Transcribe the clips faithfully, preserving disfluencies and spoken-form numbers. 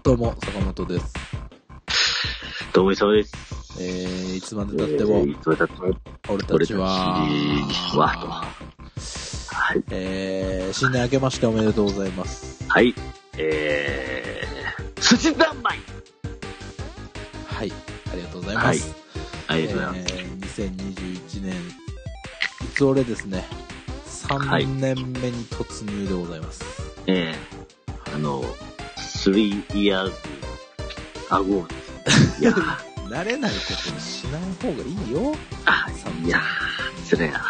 どうも坂本です。 どうもそうです。 えー、いつまで経っても、 えー、いつまで経っても俺たちははと、はい、 えー、新年明けましておめでとうございます。 はい、えー、寿司三昧。 はい、ありがとうございます。 はい、ありがとうございます。 えー、にせんにじゅういちねん、いつ俺ですね、さんねんめに突入でございます。 はい、えー、あの、three years ago ですね。いや慣れないことにしない方がいいよ。 あ、いやー、つれえな。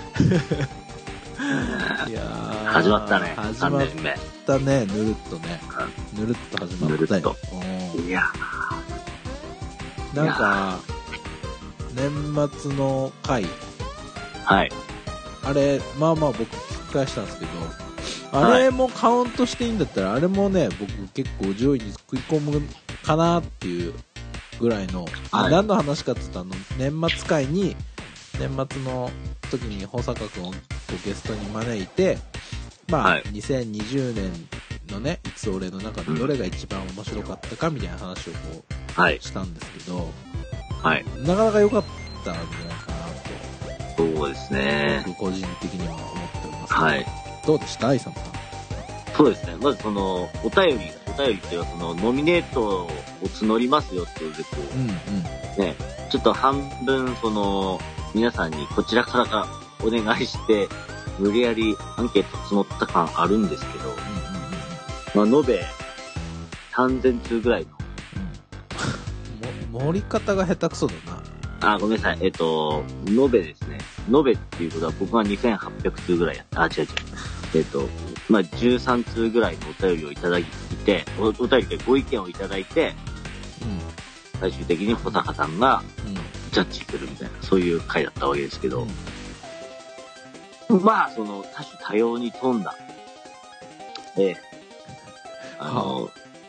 いやー、 始まったね。 始まったね、ぬるっとね。ぬるっと始まったよ。ぬるっと。 いやー。なんか、年末の回。 はい。 あれ、まあまあ僕聞き返したんですけど、あれもカウントしていいんだったら、はい、あれもね、僕結構上位に食い込むかなっていうぐらいの、はい、何の話かって言ったら、年末会に、年末の時に保坂くんをゲストに招いて、まあ、はい、にせんにじゅうねんのね、いつ俺の中でどれが一番面白かったかみたいな話をこう、はい、したんですけど、はい、なかなか良かったんじゃないかなと。 そうですね。 僕個人的には思っておりますけど、 はい、 どうでした愛さんさん。 そうですね。まずその、お便り、お便りっていうかその、ノミネートを募りますよっていうでこう、うんうん、ね、ちょっと半分その、皆さんにこちらからがお願いして、無理やりアンケート募った感あるんですけど、うんうんうん、まあ、延べさんぜんつうぐらいの。 うん、盛り方が下手くそだな。あ、ごめんなさい。えっと、延べですね。延べっていうことは僕はにせんはっぴゃくつうぐらいやった。あ、違う違う。えっと、まあ、じゅうさんつうぐらいのお便りをいただいて、お、お便りでご意見をいただいて、うん、最終的に保坂さんがジャッジするみたいな、そういう回だったわけですけど、うん、まあ、その多種多様に富んだ、ええ、あの、は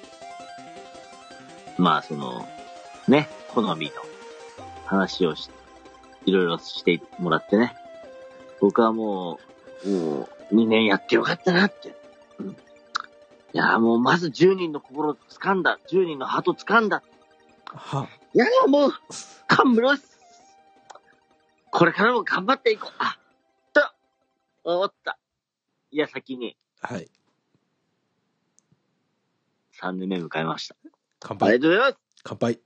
あ、まあ、その、ね、好みの話をし、いろいろしてもらってね、僕はもう、もう、にねんやってよかったなって。うん、いや、もうまずじゅうにんの心を掴んだ。じゅうにんのハート掴んだ。は、いや、もう、感無量です。これからも頑張っていこう。あ、と、思った。いや、先に。はい。さんねんめ迎えました。乾杯。ありがとうございます。乾杯。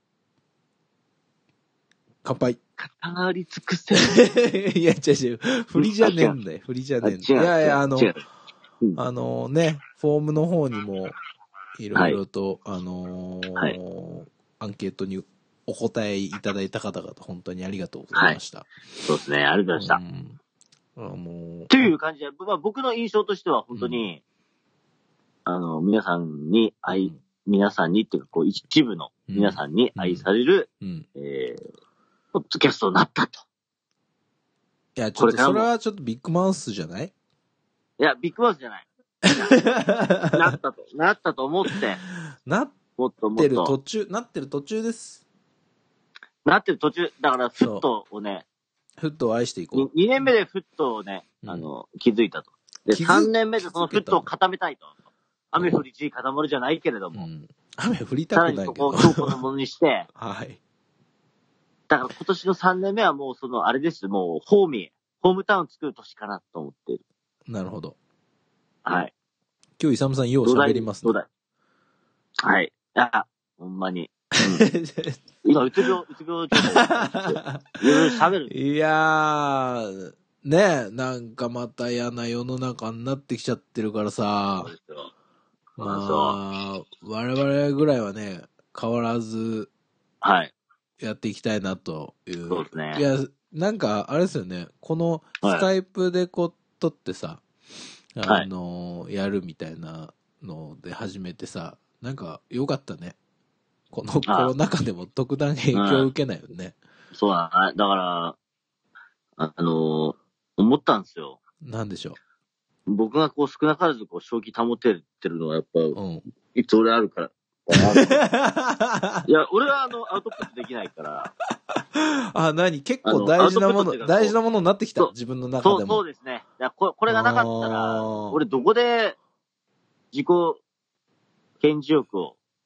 乾杯。語り尽くせ。 いや、違う違う。振りじゃねえんだよ。振りじゃねえんだよ。いやいや、あの、うん、あのね、フォームの方にも、いろいろと、はい、あのーはい、アンケートにお答えいただいた方々、本当にありがとうございました。はい、 そうですね、ありがとうございました。うん、あもうという感じで、まあ、僕の印象としては本当に、うん、あの、皆さんに愛、うん、皆さんにっていうか、こう、一部の皆さんに愛される、うんうん、えー、ポッドキャストになったと。 いや、ちょっと、それはちょっとビッグマウスじゃない？いや、ビッグマウスじゃない。なったと、なったと思って。 なってる途中、なってる途中です。 なってる途中、だからフットをね。 フットを愛していこう。 にねんめでフットをね、うん、あの、気づいたと。で、さんねんめでそのフットを固めたいと。雨降り地固まるじゃないけれども。うん、 雨降りたくないけど。さらにそこを強固なものにして。 はい。 だから今年のさんねんめはもうその、あれです、もう、ホーミー、ホームタウン作る年かなと思っている。 なるほど。 はい。 今日、イサムさん、よう喋りますね。 どうだいはい。いや、ほんまに。うん、今、うつ病、うつ病状態で。いろいろ喋る。 いやー、ねえ、なんかまた嫌な世の中になってきちゃってるからさ。そうですよ。まあ、我々ぐらいはね、変わらず、はい。やっていきたいなという。 そうですね。 いや、なんか、あれですよね。このスカイプでこう撮ってさ、はい、あの、やるみたいなので始めてさ、なんか良かったね。このコロナ禍でも特段影響を受けないよね。 うん、そうだね。だから、あのー、思ったんですよ。 なんでしょう。僕がこう少なからずこう正気保ててるのはやっぱ、うん、いつ俺あるから。いや、俺はあの、アウトプットできないから。 あ、何結構大事なもの、大事なものになってきた自分の中でも。 そう、そうですね。いやこ、これがなかったら、俺どこで自己顕示欲を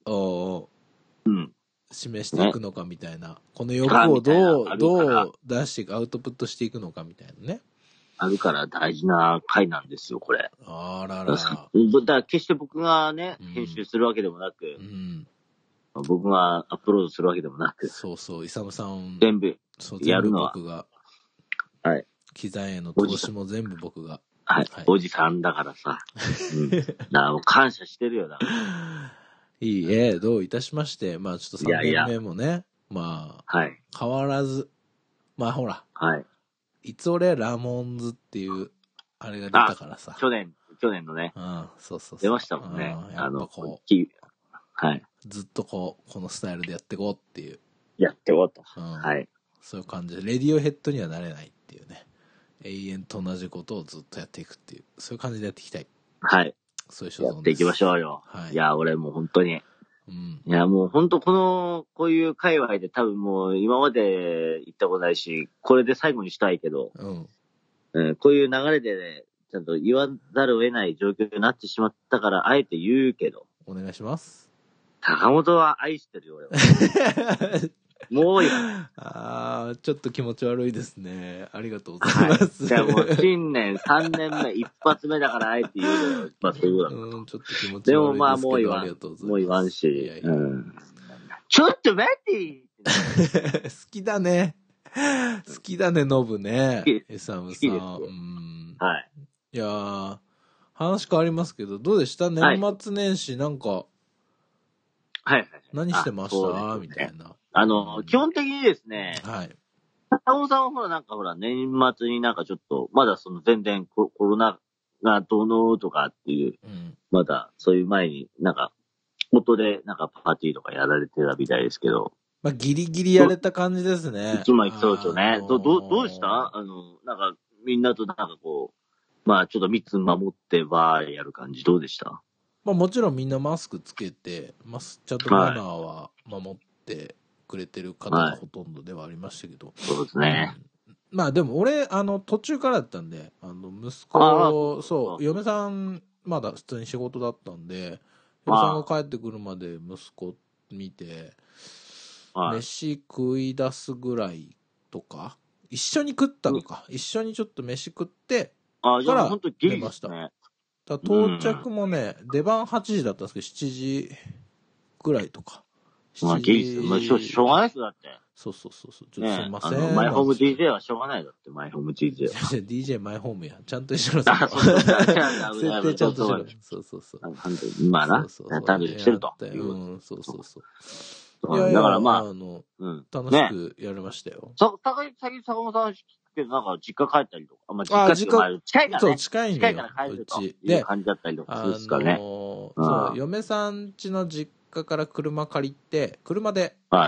を、 うん。 示していくのかみたいな。ね、この欲をどう、どう出していく、アウトプットしていくのかみたいなね。 あるから大事な回なんですよ、これ。 あらら。だから決して僕がね、うん、編集するわけでもなく、うん、僕がアップロードするわけでもなく。 そうそう、イサムさん。 全部、やるのは。 僕が。 はい。 機材への投資も全部僕が。 はい。はい、おじさんだからさ。うん。だからもう感謝してるよ、だから。 いいえ、どういたしまして。まあちょっとさんねんめもね、いやいやまあ、はい、変わらず、まあほら、はい。いつ俺ラモンズっていう、あれが出たからさ。 去年、去年のね。 うん、そうそうそう。 出ましたもんね。 うん、やっぱこう、 はい。 ずっとこう、このスタイルでやっていこうっていう。 やっていこうと。 うん、 はい。 そういう感じで、レディオヘッドにはなれないっていうね。永遠と同じことをずっとやっていくっていう、そういう感じでやっていきたい。 はい。 そういう所存です。やっていきましょうよ。はい。いや、俺もう本当に。 うん。 いや、もう本当この、こういう界隈で多分もう今まで行ったことないし、これで最後にしたいけど、 うん。 うん、こういう流れでね、ちゃんと言わざるを得ない状況になってしまったから、あえて言うけど。 お願いします。 高本は愛してるよ、俺は。もう言わない。 ああ、ちょっと気持ち悪いですね。ありがとうございます。 はい、じゃあもう新年さんねんめ一発目だからあえて言うよ。まあそういうことだ。 うん、ちょっと気持ち悪いですけど。 でもまあもう言わん。 ありがとうございます。 もう言わんし。 いやいやうん、 ちょっと待って好きだね。好きだね、ノブね。エサムさん。うん。 はい。 いやー、話変わりますけど、どうでした年末年始なんか、はいはいはい。 何してました、ね、みたいな。 あの、うん、基本的にですね。 はい。 高尾さんはほら、なんかほら、年末になんかちょっと、まだその全然コロナがどうのとかっていう、うん、まだそういう前になんか、音でなんかパーティーとかやられてたみたいですけど。 まあ、ギリギリやれた感じですね。 いつもそうですよね。ど、ど、どうしたあの、なんか、みんなとなんかこう、まあちょっと密守ってばーやる感じ、どうでした？ まあもちろんみんなマスクつけて、マスちゃんとマナーは守ってくれてる方がほとんどではありましたけど。はい、 そうですね。 うん、まあでも俺、あの、途中からだったんで、あの、息子、そう、嫁さん、まだ普通に仕事だったんで、嫁さんが帰ってくるまで息子見て、飯食い出すぐらいとか、一緒に食ったのか、一緒にちょっと飯食って、から出ました。だ到着もね、うん、出番はちじだったんですけど、しちじぐらいとか。 まあ、ギリまあ、しょ、しょうがないですだって。 そうそうそうそう。ちょっとすいません。 ね、マイホーム ディージェー はしょうがないだって、マイホーム ディージェー は。 ディージェー マイホームや。ちゃんと一緒の設定ちゃんとしろ。そうそうそう。 まあな。 そうそう単純にしてると。 うん、そうそうそう。 いやいや、だからまあ、 あの、うん、楽しくやりましたよ。 さ、さか、さき、坂本さんけど、なんか実家帰ったりとか。あ、まあ、実家って近いからね。 そう、近いんだよ。 近いから帰るという感じだったりとかするんですかね。 そう、嫁さん家の実家から車借りて、車で。 はい。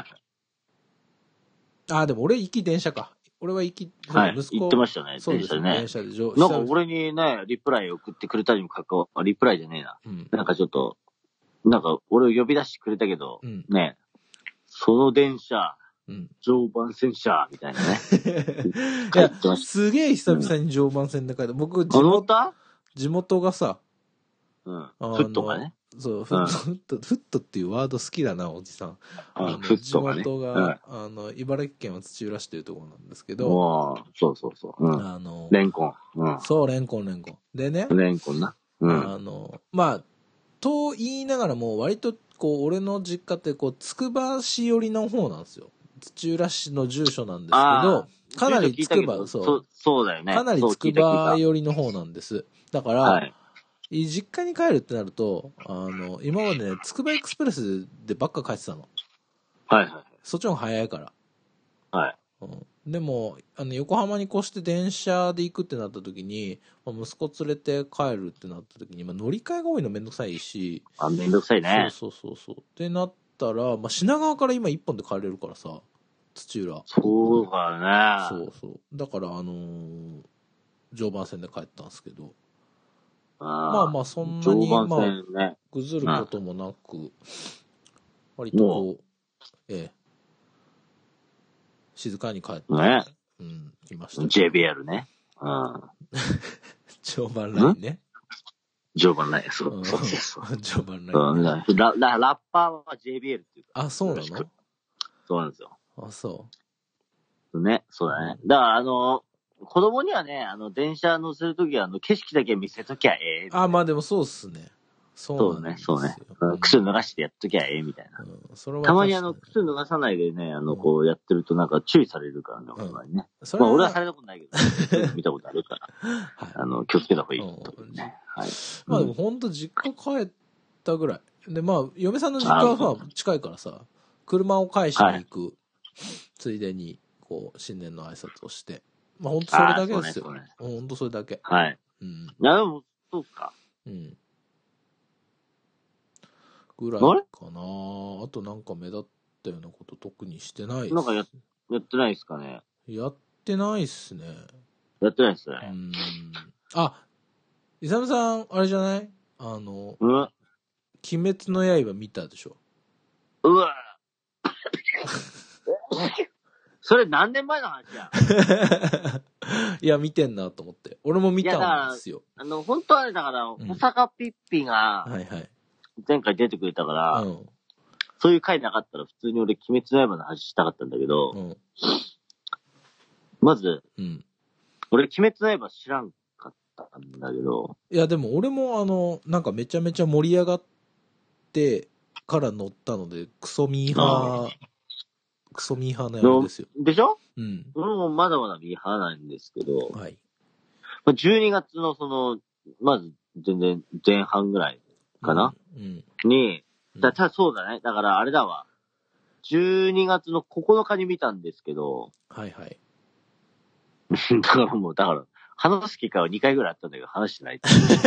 あ、でも俺行き電車か。俺は行き、 はい、息子。行ってましたね、電車でね。 電車でなんか俺にね、リプライ送ってくれたにもかかわらず、リプライじゃねえな。うん、なんかちょっと、なんか俺を呼び出してくれたけど、うん、ね、その電車、うん、常磐線車みたいなね。 いや、すげえ久々に常磐線で書いて、僕、地元、地元がさ、 うん。フットがね。 そう、フット、フット、フットっていうワード好きだな、おじさん。 あの、フットがね。 地元が、あの、茨城県は土浦市というところなんですけど。 ああ、そうそうそう。あの、レンコン。うん。 そう、レンコン、レンコン。でね。 レンコンな。 うん。あの、まあ、と言いながらも、割と、こう、俺の実家って、こう、つくば市寄りの方なんですよ。土浦市の住所なんですけど、かなりつくば、そう。 そうだよね。 かなりつくば寄りの方なんです。だから、はい実家に帰るってなると、あの、今までね、つくばエクスプレスでばっか帰ってたの。 はいはい。 そっちの方が早いから。 はい。 うん、でも、あの、横浜に越して電車で行くってなった時に、まあ、息子連れて帰るってなった時に、まあ、乗り換えが多いのめんどくさいし。 あ、めんどくさいね。 そうそうそうそう。ってなったら、まあ、品川から今一本で帰れるからさ、土浦。 そうだね。そうそう。だから、あのー、常磐線で帰ったんですけど。 あまあまあそんなに、 ね、 まあ、ぐずることもなく、割とこう、ええ、静かに帰って、 ね、 うん、来ました。 ジェイビーエル ね。うん。 常磐ラインね。 ジョーバンライそう、そうです。 ジョーバンライ、 うん、ララ。ラッパーは ジェイビーエル っていうか。 あ、そうなの？ そうなんですよ。 あ、そう。 ね、そうだね。だから、あの、子供にはね、あの、電車乗せるときは、あの、景色だけ見せときゃええ。 あ、まあでもそうっすね。 そうね、そうね。靴脱がしてやっときゃええ、みたいな。うん、それはたまにあの、靴脱がさないでね、あの、こうやってるとなんか注意されるからね、お互いね。うん、まあ、俺はされたことないけど、見たことあるから。はい、あの、気をつけた方がいいと思うね。はい。 まあでもほんと実家帰ったぐらい。で、まあ、嫁さんの実家はさ、近いからさ、車を返しに行く、はい、ついでに、こう、新年の挨拶をして。まあほんとそれだけですよ。ねね、ほんとそれだけ。 はい。うん。いや、でも、そうか。うん。 ぐらいかな。あとなんか目立ったようなこと特にしてないっす。 なんかや、やってないっすかね。 やってないっすね。 やってないっすね。 うん。あ、イサムさん、あれじゃない？あの、うん、鬼滅の刃見たでしょ。 うわそれ何年前の話やいや、見てんなと思って。俺も見たんですよ。 あの、本当はね、だから、保坂ピッピが、はいはい。前回出てくれたから、うん、そういう回なかったら普通に俺、鬼滅の刃の話したかったんだけど、うん、まず、うん、俺、鬼滅の刃知らんかったんだけど。 いや、でも俺もあの、なんかめちゃめちゃ盛り上がってから乗ったので、クソミーハー、クソミーハーのやつですよ。 でしょ？うん。俺もまだまだミーハーなんですけど、はい。じゅうにがつのその、まず全然前半ぐらいかな、うんうん、に、だ、た、そうだね。だからあれだわ。じゅうにがつのここのかに見たんですけど、はいはい。だからもう、だから、話す機会はにかいぐらいあったんだけど、話してない。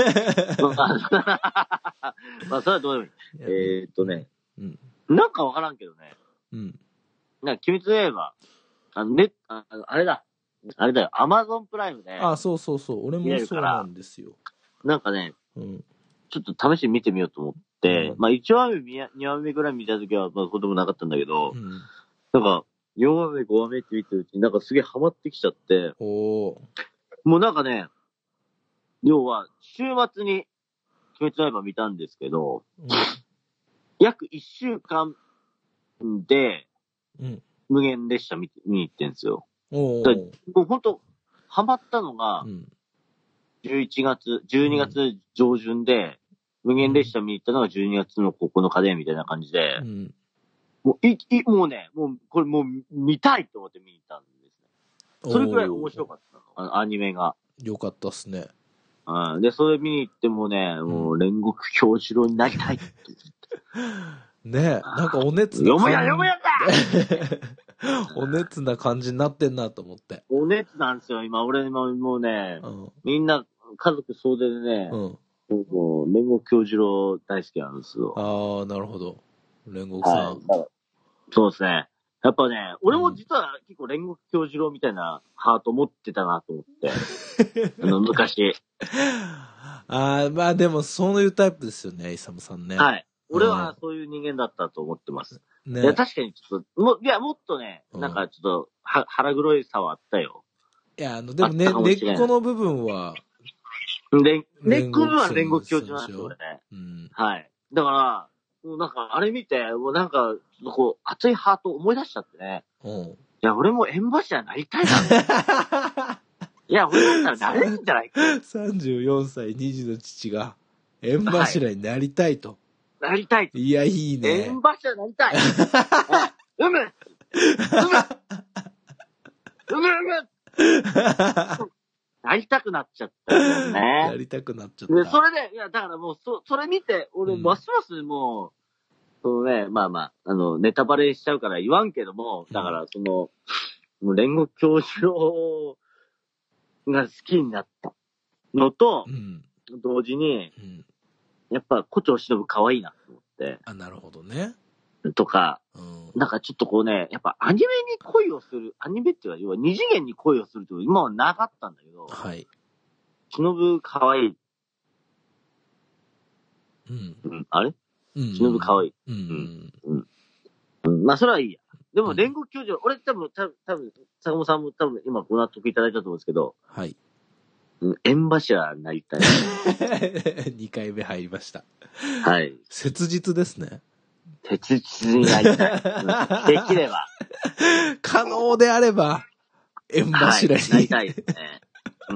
まあ、それはどうでもいい。えー、っとね、うん、なんかわからんけどね。うん。なんか、鬼滅の刃、あの、ね、ああれだ。あれだよ、アマゾンプライムで。あ、そうそうそう。俺もそうなんですよ。なんかね、うん、ちょっと試して見てみようと思って、うん、まあいちわめ、にわめぐらい見たときは、まあそうでもなかったんだけど、うん、なんか、よんわめ、ごわめって見てるうちになんかすげえハマってきちゃって、おもうなんかね、要は、週末に、鬼滅の刃見たんですけど、うん、約いっしゅうかんで、うん、無限列車見に行ってんですよ。おだもうほんと、ハマったのが、じゅういちがつ、じゅうにがつ上旬で、無限列車見に行ったのがじゅうにがつのここのかで、みたいな感じで、うん、もう、い、い、もうね、もう、これもう見たいと思って見に行ったんですね。それくらい面白かったの。あの、アニメが。よかったっすね。うん。で、それ見に行ってもね、もう、煉獄京次郎になりたいって言って。ねえ、なんかお熱な感じ。読むや読むやったお熱な感じになってんなと思って。お熱なんですよ、今。俺ももうね、うん、みんな家族総出でね、うん、もう、煉獄京次郎大好きなんですよ。ああ、なるほど。煉獄さん。はい、そうですね。やっぱね、俺も実は結構煉獄京次郎みたいなハート持ってたなと思って。あの、昔。ああ、まあでもそういうタイプですよね、イサムさんね。はい。俺はそういう人間だったと思ってます。ね、いや、確かにちょっと、もいや、もっとね、なんかちょっと、は、腹黒いさはあったよ。いや、あの、でもね、根っこの部分は、で、根っこの部分は煉獄教授なんですよ、俺ね。うん。はい。だから、もうなんか、あれ見て、もうなんか、こう、熱いハート思い出しちゃってね。うん。いや、俺も縁柱になりたいな。いや、俺だったらなれるんじゃないか。さんじゅうよんさい、に児の父が、縁柱になりたいと。はい、なりたい。いや、いいね。縁柱になりたい。うむうむうむうむなりたくなっちゃったよね。やりたくなっちゃった。で、それで、いや、だからもう、そ、それ見て、俺、ますますもう、そのね、まあまあ、あの、ネタバレしちゃうから言わんけども、だから、その、もう、煉獄教授が好きになったのと、うん、同時に、うん、やっぱ、胡蝶忍可愛いなと思って。あ、なるほどね。とか、うん、なんかちょっとこうね、やっぱアニメに恋をする、アニメっていうのは、要は二次元に恋をするって今はなかったんだけど、はい。忍可愛い。うん。うん、あれうん。忍可愛い。うん。うん。うん。まあ、それはいいや。でも、煉獄教授、俺多分、多分、多分、坂本さんも多分今ご納得いただいたと思うんですけど、はい。 うん、縁柱になりたい。 にかいめ入りました。 はい。 切実ですね。 切実になりたい。できれば。 可能であれば、縁柱に、 はい、なりたいですね。うん。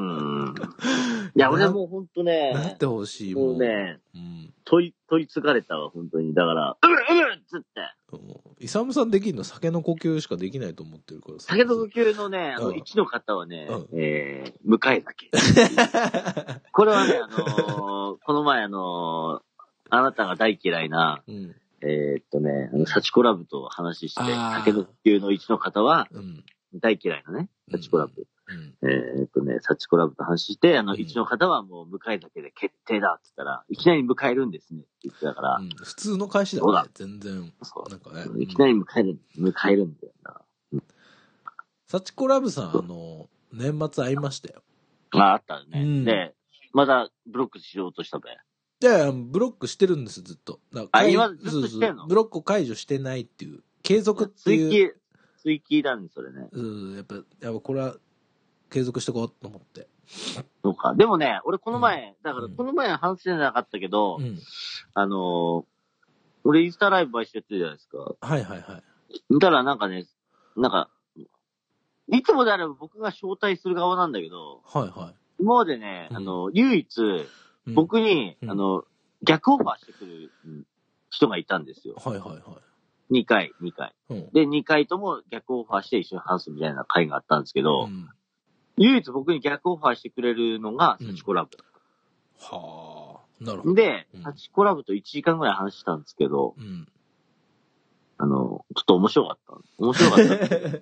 いや、俺もうほんとね。 なってほしいもん。 もうね、 うん、 取り、取り継がれたわ、ほんとに。だから、うむうむっつって。 イサムさんできんの酒の呼吸しかできないと思ってるからさ。 酒の呼吸のね、あの、一、うん、の方はね、うん、えー、向井酒。これはね、あのー、この前あのー、あなたが大嫌いな、うん、えー、っとね、あの、サチコラブと話して、酒の呼吸の一の方は、うん、大嫌いなね、サチコラブ。うん、えー、っとね、サチコラブと話して、あの、一、うん、の方はもう迎えだけで決定だって言ったら、いきなり迎えるんですねって言ってたから、 うん、普通の返しだね。だ全然。 そう。 なんかね。 いきなり迎える、迎えるんだよな。うん、 サチコラブさん、あの、年末会いましたよ。 あ、あったね。うん、で、まだブロックしようとしたべ。 いやいや、ブロックしてるんです、ずっと。 あ、今ずっとしてんの？ ブロックを解除してないっていう、継続っていう。 追記だね、それね。 うん、やっぱ、やっぱこれは、継続してこうと思って。 そうか。でもね、俺この前、うん、だからこの前は話してなかったけど、うん、あのー、俺インスタライブ毎週やってるじゃないですか。 はいはいはい。 見たらなんかね、なんか、いつもであれば僕が招待する側なんだけど、 はいはい。 今までね、うん、あの、唯一、僕に、うん、あの、逆オファーしてくる人がいたんですよ。 はいはいはい。 にかい、にかい。うん、で、にかいとも逆オファーして一緒に話すみたいな会があったんですけど、うん、唯一僕に逆オファーしてくれるのが、サチコラブ。 うん、はあ、なるほど。 で、うん、サチコラブといちじかんぐらい話したんですけど、うん、あの、ちょっと面白かった。面白かった。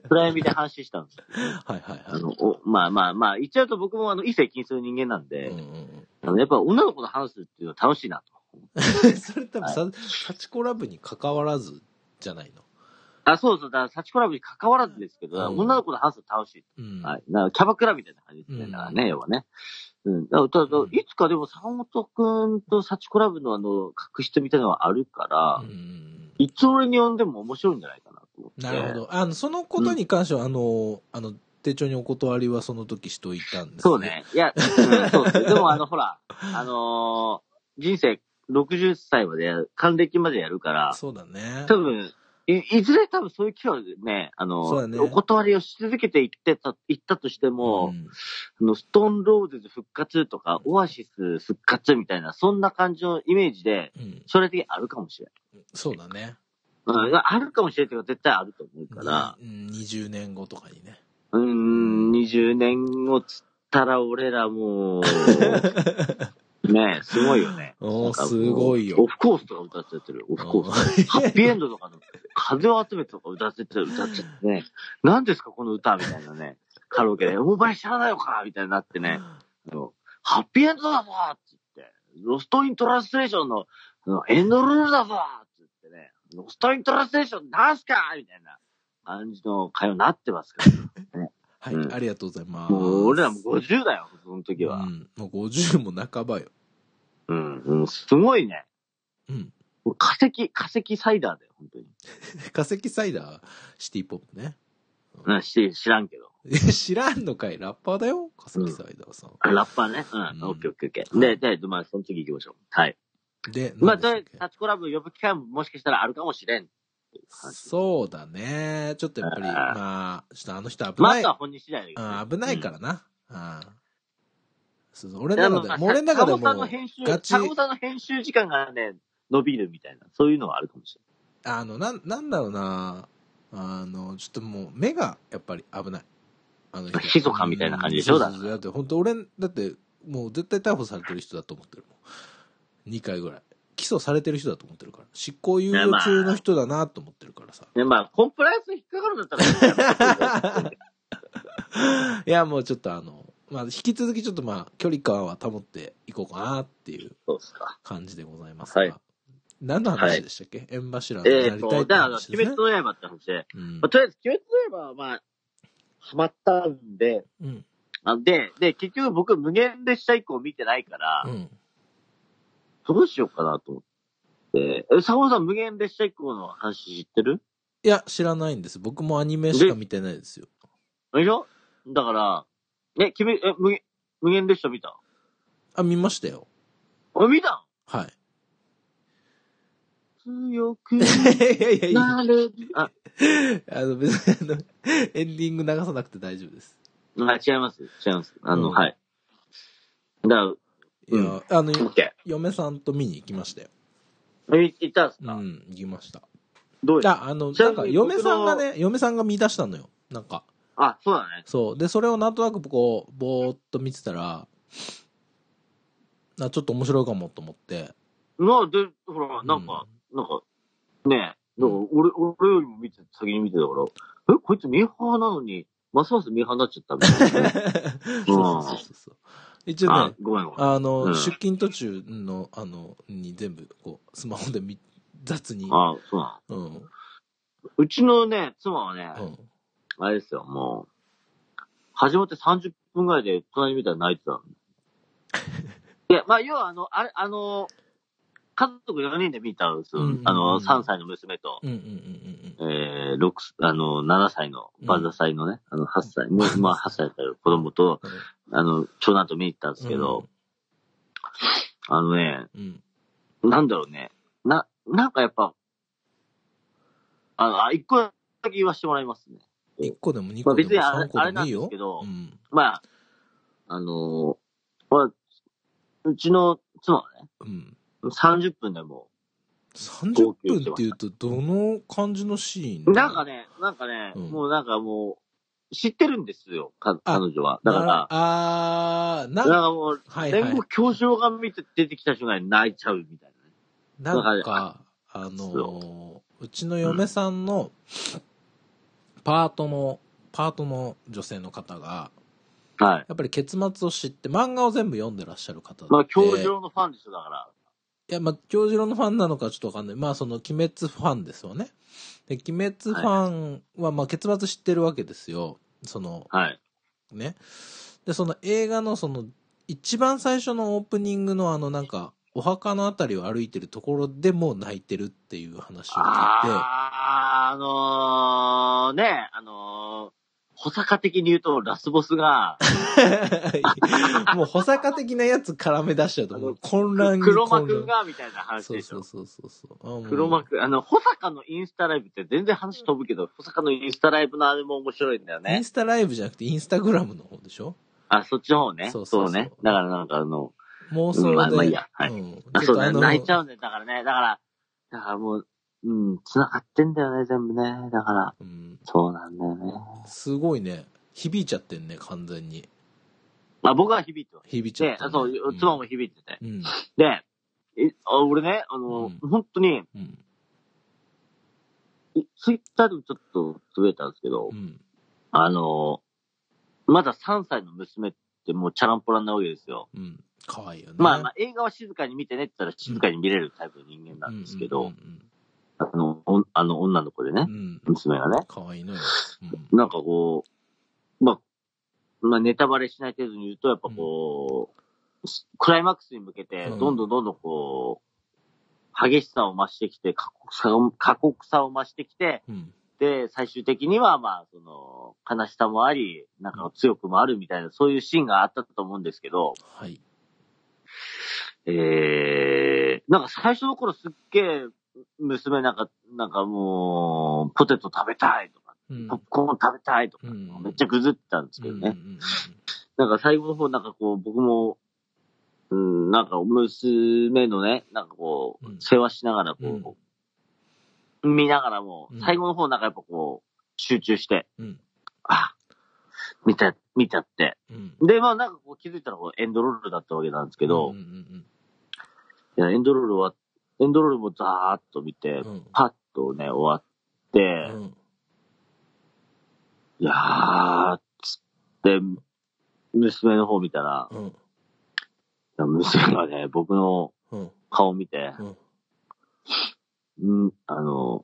暗闇で話したんですよ。 はいはいはい。 あの、おまあまあまあ、言っちゃうと僕もあの、異性気にする人間なんで、うんうん、あのやっぱ女の子と話すっていうのは楽しいなと。 それ多分さ、はい、サチコラブに関わらずじゃないの。 あ、そうそう、だからサチコラブに関わらずですけど、うん、女の子と話すと楽しい。うん、はい。だからキャバクラみたいな感じですね。だからね、要はね。うん。だから、いつかでも坂本くんとサチコラブのあの、確執みたいなのがあるから、うん、いつ俺に呼んでも面白いんじゃないかなと思って。 なるほど。あの、そのことに関しては、うん、あの、あの、手帳にお断りはその時しといたんですね。 そうね。いや、うん、そうです。でもあの、ほら、あのー、人生ろくじゅっさいまでやる、還暦までやるから、 そうだね。 多分、い、いずれ多分そういう機会でね、あの、ね、お断りをし続けていってた、いったとしても、うん、あの、ストーンローゼズ復活とか、オアシス復活みたいな、そんな感じのイメージで、うん、将来的にあるかもしれない。 そうだね。 うん、あるかもしれないけど、絶対あると思うから。 うん、にじゅうねんごとかにね。 うーん、にじゅうねんごつったら俺らもう、ねえ、すごいよね。 おー、すごいよ。 オフコースとか歌っちゃってる。オフコース。ハッピーエンドとかの、風を集めてとか歌っちゃってる、歌っちゃってね。何ですかこの歌みたいなね。カラオケで、お前知らないのかみたいになってね。あのハッピーエンドだぞって言って、ロストイントランスレーションの、エンドルールだぞって言ってね、ロストイントランスレーションなんすかみたいな感じの会話になってますからね。 はい、うん、ありがとうございます。 もう俺らもごじゅうだよ、その時は。うん、 もうごじゅうも半ばよ。 うん、うん、すごいね。うん。化石、化石サイダーだよ、本当に。 化石サイダー、シティポップね。 うん、知らんけど。 知らんのかい、ラッパーだよ、化石サイダーさん。 うん、ラッパーね。うん、うん、オッケーオッケーオッケー。で、で、まあ、その次行きましょう。はい。で、まあ、で、タッチコラブ呼ぶ機会ももしかしたらあるかもしれん。 そうだね。ちょっとやっぱり、まあ、ちょっとあの人危ない。 まずは本人次第だけど、 ね。うん、危ないからな。うん。そうそう、俺の中でも、俺の中でも、 坂本さんの編集、坂本さんの編集時間がね、伸びるみたいな、そういうのはあるかもしれない。あの、なん、なんだろうな。あの、ちょっともう、目が、やっぱり危ない。 あの人。密かみたいな感じでしょ、だって。だって、本当俺、だって、もう絶対逮捕されてる人だと思ってるもん。にかいぐらい。起訴されてる人だと思ってるから。執行猶予中の人だなと思ってるからさ。 いや、まあ、コンプライアンス引っかかるんだったら。いや、もうちょっとあの、まあ、引き続きちょっとまあ、距離感は保っていこうかなっていう感じでございますが。はい、何の話でしたっけ、はい、縁柱になりたいって話ですね。えーと、だから、 鬼滅の刃って話で、うんまあ、とりあえず、鬼滅の刃はまあ、ハマったんで、うん、あで、で、結局僕、無限列車以降見てないから、うんどうしようかなと思って。え、坂本さん、無限列車以降の話知ってる？ いや、知らないんです。僕もアニメしか見てないですよ。 でしょ？だから、え、君、え、無限、 無限列車見た？ あ、見ましたよ。 あ、見た？ はい。 強くいやいやいや。 なる。あ、 あの、別にあの、エンディング流さなくて大丈夫です。 あ、違います。違います。あの、 うん、 はい。だから、 いや、うん、あの、 OK、 嫁さんと見に行きましたよ。 え、行ったんすか？ うん、行きました。 どうやあ、あの、なんか、嫁さんがね、嫁さんが見出したのよ。なんか。 あ、そうだね。 そう。で、それをなんとなくこう、ぼーっと見てたら、あ、ちょっと面白いかもと思って。 な、で、ほら、なんか、うん、なんか、ねえ、なんか俺、俺よりも見て、先に見てたから、え、こいつミーハーなのに、ますますミーハーになっちゃったみたいな、ね。 そうそうそうそう。一応ね、あ、 ごめんごめん。 あの、 うん、 出勤途中の、あの、に全部、こう、スマホで見、雑に。 あ、そうなの。うん。うちのね、妻はね、うん、あれですよ、もう、始まってさんじゅっぷんぐらいで隣見たら泣いてた。いや、まあ、要はあの、あれ、あの、家族よにんで見たんですよ。うんうんうん、あの、さんさいの娘と、うんうんうんうん、えー、ろく、あの、ななさいの、バザサイのね、うん、あの、はっさい、もう、まあ、はっさいだった子供と、うん、あの、長男と見に行ったんですけど、うん、あのね、うん、なんだろうね、な、なんかやっぱ、あの、あ、一個だけ言わせてもらいますね。 一個でも二個でも三個でもいいよ。 まあ、別にあれ、あれなんですけど、うん、まあ、あのー、まあ、うちの妻はね、うん、さんじゅっぷんでも、 さんじゅっぷんって言うと、どの感じのシーン？ なんかね、なんかね、うん、もうなんかもう、知ってるんですよ、彼女は。だから、 あー、 なんかもう、はいはい、戦国教授が見て出てきた瞬間に泣いちゃうみたいなね。なんか、あのー、うちの嫁さんの、パートの、パートの女性の方が、はい。やっぱり結末を知って、漫画を全部読んでらっしゃる方で。 まあ、教授のファンですよ、だから。 いや、まあ、京次郎のファンなのかちょっとわかんない。まあ、その、鬼滅ファンですよね。で、鬼滅ファンは、まあ、結末知ってるわけですよ。その、はい。ね。で、その映画のその、一番最初のオープニングのあの、なんか、お墓のあたりを歩いてるところでもう泣いてるっていう話を聞いて。 あー、あのー、ね、あのー、保坂的に言うと、ラスボスが、 もう保坂的なやつ絡め出しちゃうと、もう混乱に混乱。 黒幕が、みたいな話でしょ。そうそうそうそう。黒幕、あの、保坂のインスタライブって全然話飛ぶけど、保坂のインスタライブのあれも面白いんだよね。 インスタライブじゃなくてインスタグラムの方でしょ？ あ、そっちの方ね。そうそうそう。そうね。だからなんかあの、 妄想で。 まあ、まあいいや。はい。うん、あ、そうだね。泣いちゃうんだよ。だからね。だから、だからもう、うん、繋がってんだよね、全部ね。だから、うん、そうなんだよね。 すごいね。響いちゃってんね、完全に。 あ、僕は響いてます。 響いちゃって、 ね。そう、妻も響いてて。うん、で、え、あ、俺ね、あの、うん、本当に、うん、ツイッターでもちょっとつぶやいたんですけど、うん、あの、まださんさいの娘ってもうチャランポランなわけですよ。うん。 かわいいよね。 まあまあ、映画は静かに見てねって言ったら静かに見れるタイプの人間なんですけど、あの、あの女の子でね、うん、娘がね。 かわいいのよ。 うん、なんかこう、まあ、まあネタバレしない程度に言うと、やっぱこう、うん、クライマックスに向けて、どんどんどんどんこう、激しさを増してきて、過酷さを、過酷さを増してきて、うん、で、最終的には、まあ、その、悲しさもあり、なんか強くもあるみたいな、そういうシーンがあったと思うんですけど、はい。えー、なんか最初の頃すっげえ、娘なんか、なんかもう、ポテト食べたいとか、うん、ポップコーン食べたいとか、うん、めっちゃぐずってたんですけどね。うんうんうん、なんか最後の方なんかこう、僕も、うん、なんか娘のね、なんかこう、世話しながらこう、うん、見ながらも、最後の方なんかやっぱこう、集中して、うん、あ、見た、見ちゃって、うん、で、まあなんかこう気づいたらこうエンドロールだったわけなんですけど、うんうんうん、いや、エンドロールは、エンドロールもザーッと見て、うん、パッとね、終わって、うん、いやー、つって、娘の方見たら、うん、いや娘がね、僕の顔見て、うん、んあの、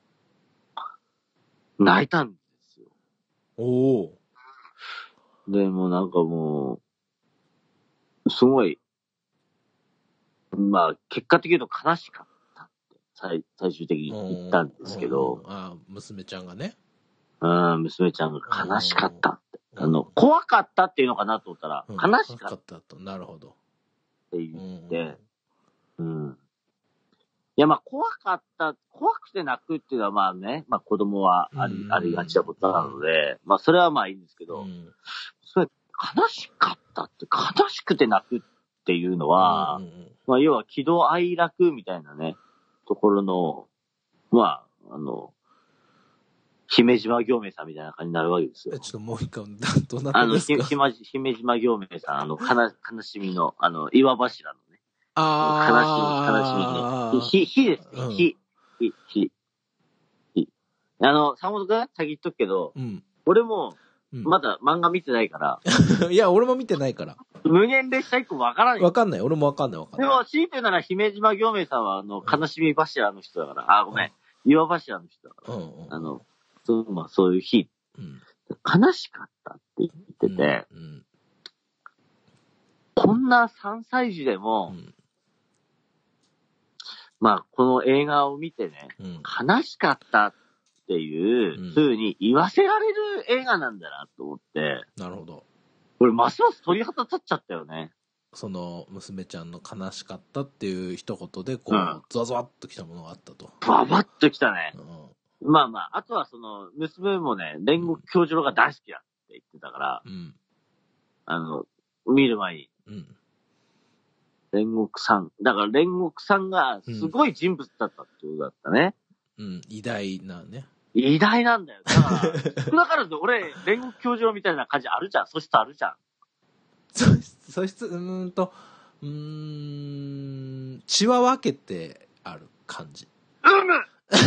泣いたんですよ。おー。で、もうなんかもう、すごい、まあ、結果的に言うと悲しかったって、最、最終的に言ったんですけど。 ああ、娘ちゃんがね。 うん、娘ちゃんが悲しかったって。あのの、怖かったっていうのかなと思ったら、 うん、 悲しかったと。なるほど。 って言って、うん、うん。いや、まあ、怖かった、怖くて泣くっていうのはまあね、まあ子供はあり、うん、ありがちなことなので、まあそれはまあいいんですけど、うん、それ悲しかったって、悲しくて泣くっていうのは、うんうん、まあ要は喜怒哀楽みたいなね、ところの、まあ、あの、姫島行明さんみたいな感じになるわけですよ。 え、ちょっともう一回、どなたですか？ あの、姫島行明さん、あの、悲、悲しみの、あの、岩柱のね。 ああ悲しみ、悲しみの。ひ、ひですね。ひ、ひ、ひ、ひ。あの、坂本くん先言っとくけど、うん、俺も、まだ漫画見てないから。 いや、俺も見てないから。 無限列車以降わからない。 わかんない。俺もわかんない、わかんない。 でも、強いて言うなら、姫島行明さんは、あの、悲しみ柱の人だから。うん、あ、ごめん。岩柱の人だから。うんうん、あの、そう、まあ、そういう日。うん、悲しかったって言ってて、うんうん、こんなさんさい児でも、うん、まあ、この映画を見てね、うん、悲しかったっていう風に言わせられる映画なんだなと思って。 なるほど。 俺、ますます鳥肌立っちゃったよね。 その、娘ちゃんの悲しかったっていう一言で、こう、うん、ゾワゾワっときたものがあったと。 ババッときたね。うん、まあまあ、あとはその、娘もね、煉獄教授が大好きだって言ってたから、うん、あの、見る前に。うん、煉獄さん。だから煉獄さんがすごい人物だったってことだったね。 うん、うん、偉大なね。 偉大なんだよ。だから、少なからず俺、煉獄教授みたいな感じあるじゃん。素質あるじゃん。 素質、素質、うーんと、うーん、血は分けてある感じ。 うむ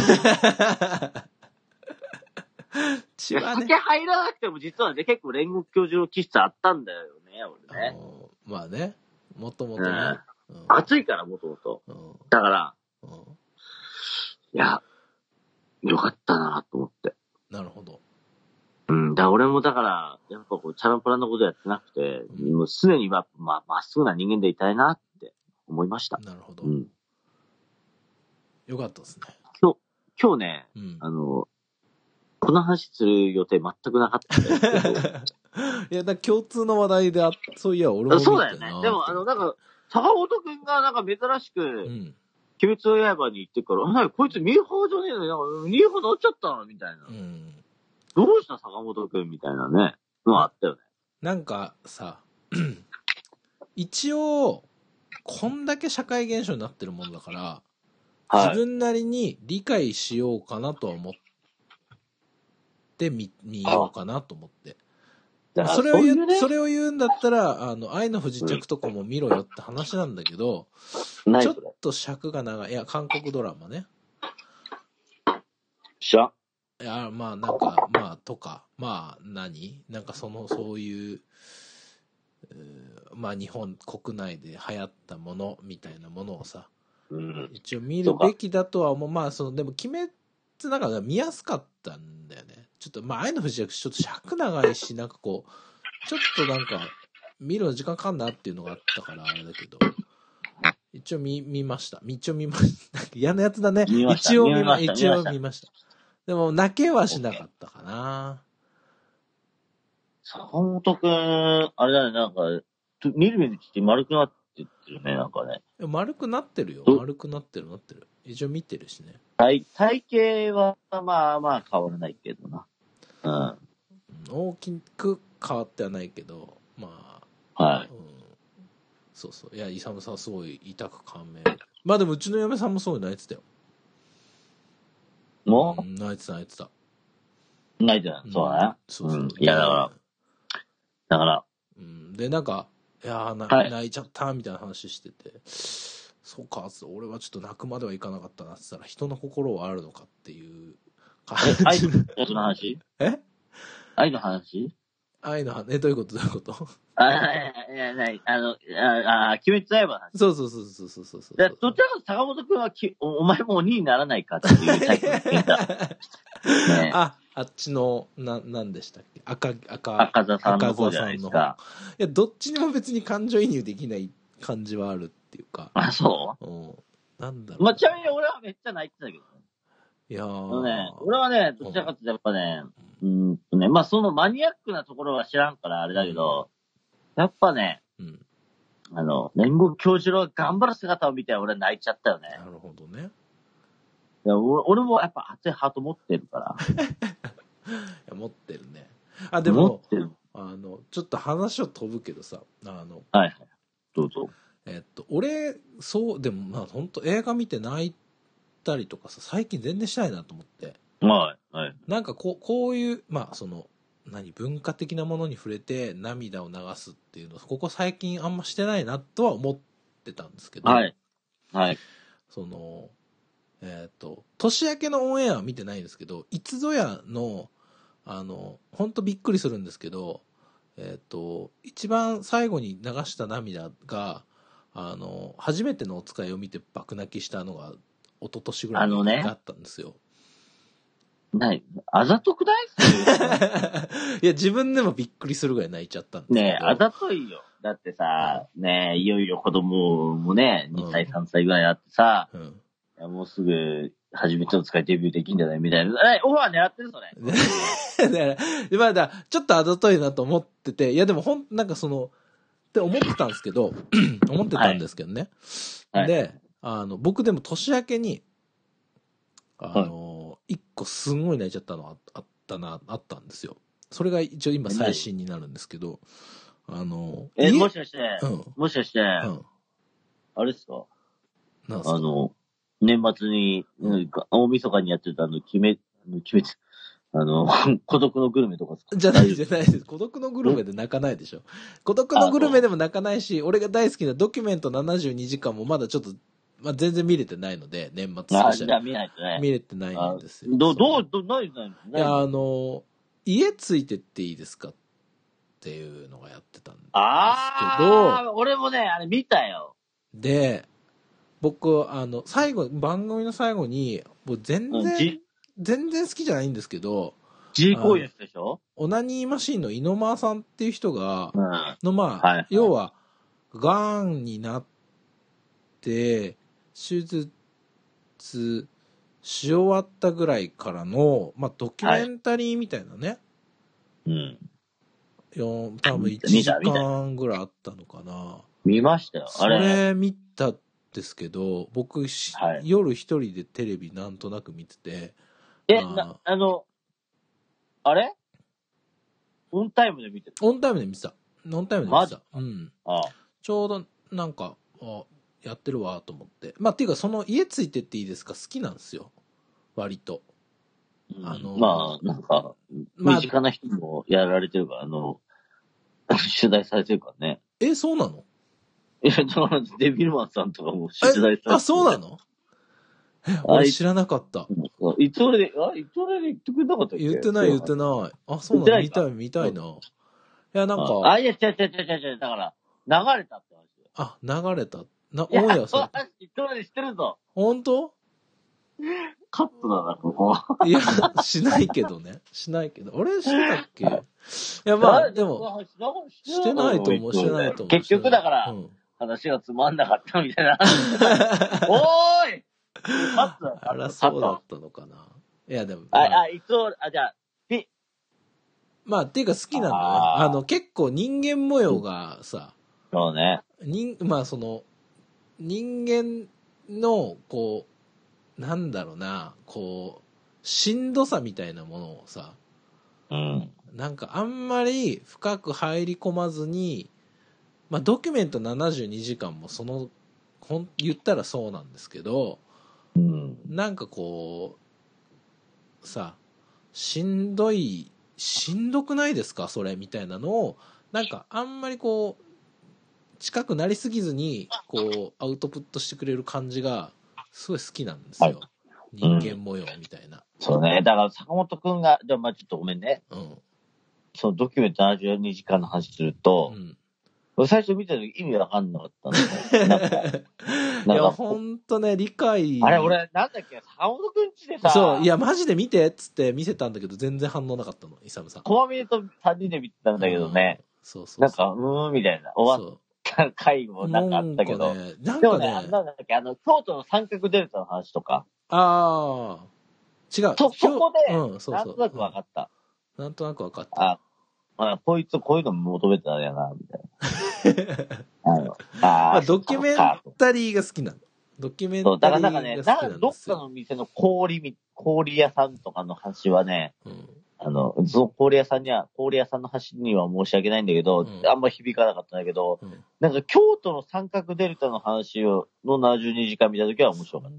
血はね。 酒入らなくても実はね、結構煉獄教授の気質あったんだよね、俺ね。 まあね。もともとね。 うんうん、暑いから、もともと。だから、うん、いや、よかったなと思って。 なるほど。 うん、だ俺もだから、やっぱこう、チャランプランのことやってなくて、うん、もう常にま、ま、まっすぐな人間でいたいなって思いました。 なるほど。 うん、 よかったですね。 今日、今日ね、うん、あの、この話する予定全くなかったんですけど。 いや、だ共通の話題であ、そういや、俺も見てそうだよね。でも、あの、なんか、坂本くんがなんか珍しく、うん、鬼滅の刃に行ってから、なにこいつミーハーじゃねえのよ。なんか、ミーハー乗っちゃったのみたいな。うん、どうした坂本くんみたいなね、のあったよね。 なんかさ、一応、こんだけ社会現象になってるもんだから、はい、自分なりに理解しようかなとは思ってみ、見ようかなと思って。それを言う、ね、それを言うんだったら、あの、愛の不時着とかも見ろよって話なんだけど、うん、ちょっと尺が長い。いや、韓国ドラマね。 しゃいや、まあ、なんか、まあ、とか、まあ、何なんかその、そういう、うまあ、日本国内で流行ったものみたいなものをさ、うん、一応見るべきだとは思う。まあ、その、でも、鬼滅なんか見やすかったんだよね。ちょっと、まあ、愛の不時着、ちょっと尺長いし、なんかこう、ちょっとなんか、見るの時間かかんなっていうのがあったから、あれだけど、一応見、見ました。一応見ました。嫌なやつだね。一応見ま、一応見ました。でも、泣けはしなかったかな。 坂本くん、あれだね、なんか、見る目にして丸くなってってるね、なんかね。 丸くなってるよ。丸くなってる、なってる。一応見てるしね。 体、体型は、まあまあ変わらないけどな。うん。 大きく変わってはないけど、まあ。はい。うん、 そうそう。いや、イサムさんすごい痛く感銘。まあでも、うちの嫁さんもそう泣いてたよ。 もう、 うん、泣いてた、泣いてた。 泣いてた、そうだね。 そうそう。 いや、だから、だから。 うん。で、なんか、いやー、 はい、 泣いちゃったみたいな話してて、そうか、俺はちょっと泣くまではいかなかったなって言ったら、人の心はあるのかっていう感じ。愛の話え愛の話愛の話、え、どういうことどういうことあ、いや、ない、あの、あ、あ、鬼滅の刃の話。 そうそうそうそうそうそうそう。 どちらかと坂本くんはきお、お前も鬼にならないかっていうタイプの喧嘩。 ね、あ、あっちの、な、なんでしたっけ赤、赤、 赤座さんの方じゃないですか。 いや、どっちにも別に感情移入できない感じはあるっていうか。 あ、そう？ うん。なんだろう。 まあ、ちなみに俺はめっちゃ泣いてたけどね。 いやー。 ね、俺はね、どちらかというとやっぱね、 うーんとね、まあそのマニアックなところは知らんからあれだけど、やっぱね、 うん。 あの、年後京次郎が頑張る姿を見て俺泣いちゃったよね。 なるほどね。 いや俺俺もやっぱ熱いハート持ってるから。 いや持ってるね。あ、で持っも、 てる。 あの、ちょっと話を飛ぶけどさ、あの、 はいはい。どうぞ。 えっと、俺、そう、でもまあ本当映画見て泣いたりとかさ、最近全然しないなと思って。 はい、はい。 なんかこう、こういう、まあその、何、文化的なものに触れて涙を流すっていうの、ここ最近あんましてないなとは思ってたんですけど、 はい。はい。 その、えっと、年明けのオンエアは見てないんですけど、いつぞやの、あの、ほんとびっくりするんですけど、えっと、一番最後に流した涙が、あの、初めてのお使いを見て爆泣きしたのが、一昨年ぐらいにあのねあったんですよ。 ない、あざとくないいや、自分でもびっくりするぐらい泣いちゃったんですけど。 ねえ、あざといよ。だってさ、うん、ねえ、いよいよ子供もね、にさい、さんさいぐらいあってさ、うん、いやもうすぐ、初めての使いデビューできんじゃないみたいな。え、オファー狙ってるそれ。 だから、まだ、ちょっとあざといなと思ってて、いやでもほん、なんかその、って思ってたんですけど、思ってたんですけどね。はい、で、あの、僕でも年明けに、あの、一、はい、個すんごい泣いちゃったのあったな、あったんですよ。それが一応今最新になるんですけど、あの、 え、もしかして、うん、もしかして、うん、あれですか？ なんですか？ あの、年末に、うん、大晦日にやってたあの、決め、決めて、あの、孤独のグルメとかじゃないじゃないです。孤独のグルメで泣かないでしょ。孤独のグルメでも泣かないし、俺が大好きなドキュメントななじゅうにじかんもまだちょっと、まあ、全然見れてないので、年末スペシャル。 あ、じゃあ見ないとね。 見れてないんですよ。 ど、どう、ど、ないないいや、あの、家ついてっていいですかっていうのがやってたんですけど。ああ、俺もね、あれ見たよ。 で、僕、あの、最後、番組の最後に、もう全然、うん、全然好きじゃないんですけど、 G 行為でしょ？ オナニーマシーンの井ノ間さんっていう人が、うん、の、まあ、はいはい、要は、癌になって、手術し終わったぐらいからの、まあ、ドキュメンタリーみたいなね。はい、うん。よ多分いちじかんぐらいあったのかな。 見ましたよ。 あれ。それ見たんですけど、僕、はい、夜一人でテレビなんとなく見てて。 え、あ, なあの、あれオンタイムで見てた？ オンタイムで見てた。オンタイムで見てた。うん。 ああちょうどなんか、あ、やってるわと思って。まあ、っていうかその家ついてっていいですか好きなんですよ。割と。 うん、あのー、まあ、なんか、身近な人もやられてるから、あの、取材されてるからね。 え、そうなの？ いや、だからデビルマンさんとかも取材されてる。 あ、そうなの？俺知らなかった。 いつ俺で、あ、いつ俺で言ってくれなかったっけ？ 言ってない言ってない。あ、そうなの？見たい見たいな。いや、なんか。 あ、いや、違う違う違う違う。だから、流れたって話。 あ、流れた。な、オンエアされた。 いつ俺で知ってるぞ。 ほんと？ カットだな、ここ。 いや、しないけどね。しないけど。俺してたっけ？いや、まあ、でも、してないと思う、してないと思う。 結局だから、うん、話がつまんなかったみたいな。おーいあら、そうだったのかな。いや、でも。 まあ、あ、あ、いつ俺、あ、じゃあ、ピまあ、っていうか好きなんだよ。あ, あの、結構人間模様がさ、 うん、そうね。 人、まあ、その、人間の、こう、なんだろうな、こう、しんどさみたいなものをさ、 うん。 なんかあんまり深く入り込まずに、まあ、ドキュメントななじゅうにじかんもその、ほん、言ったらそうなんですけど、 うん、 なんかこう、さ、しんどい、しんどくないですかそれみたいなのを、なんかあんまりこう、近くなりすぎずに、こう、アウトプットしてくれる感じが、すごい好きなんですよ。はい、人間模様みたいな。うん、 そうね。だから坂本くんが、じゃあまあちょっとごめんね。 うん。 そのドキュメントななじゅうにじかんの話すると、うん、最初見た時意味わかんなかったんだよ。 いや、ほんとね、理解。 あれ、俺、なんだっけ、坂本くんちでさ。 そう、いや、マジで見てっつって見せたんだけど、全然反応なかったの、イサムさん。 コマミネとさんにんで見てたんだけどね。うん、 そうそうそう。 なんか、うーん、みたいな。終わった回もなんかあったけど。ね、なんかね、でもね、なんだっけ、あの、京都の三角デルタの話とか。 ああ。違う。 そ、そこで、 うん、そうそう。 なんとなくわかった。 なんとなく分かった。 あ、あ、こいつこういうの求めてたんやな、みたいな。あの、ああ、ドキュメンタリーが好きなの。ドキュメンタリーが好きなんですよ。 そう、だからなんかね、どっかの店の氷、氷屋さんとかの橋はね、うん、あの、その氷屋さんには、氷屋さんの橋には申し訳ないんだけど、うん、あんま響かなかったんだけど、うん、なんか京都の三角デルタの話を、のななじゅうにじかん見たときは面白かった。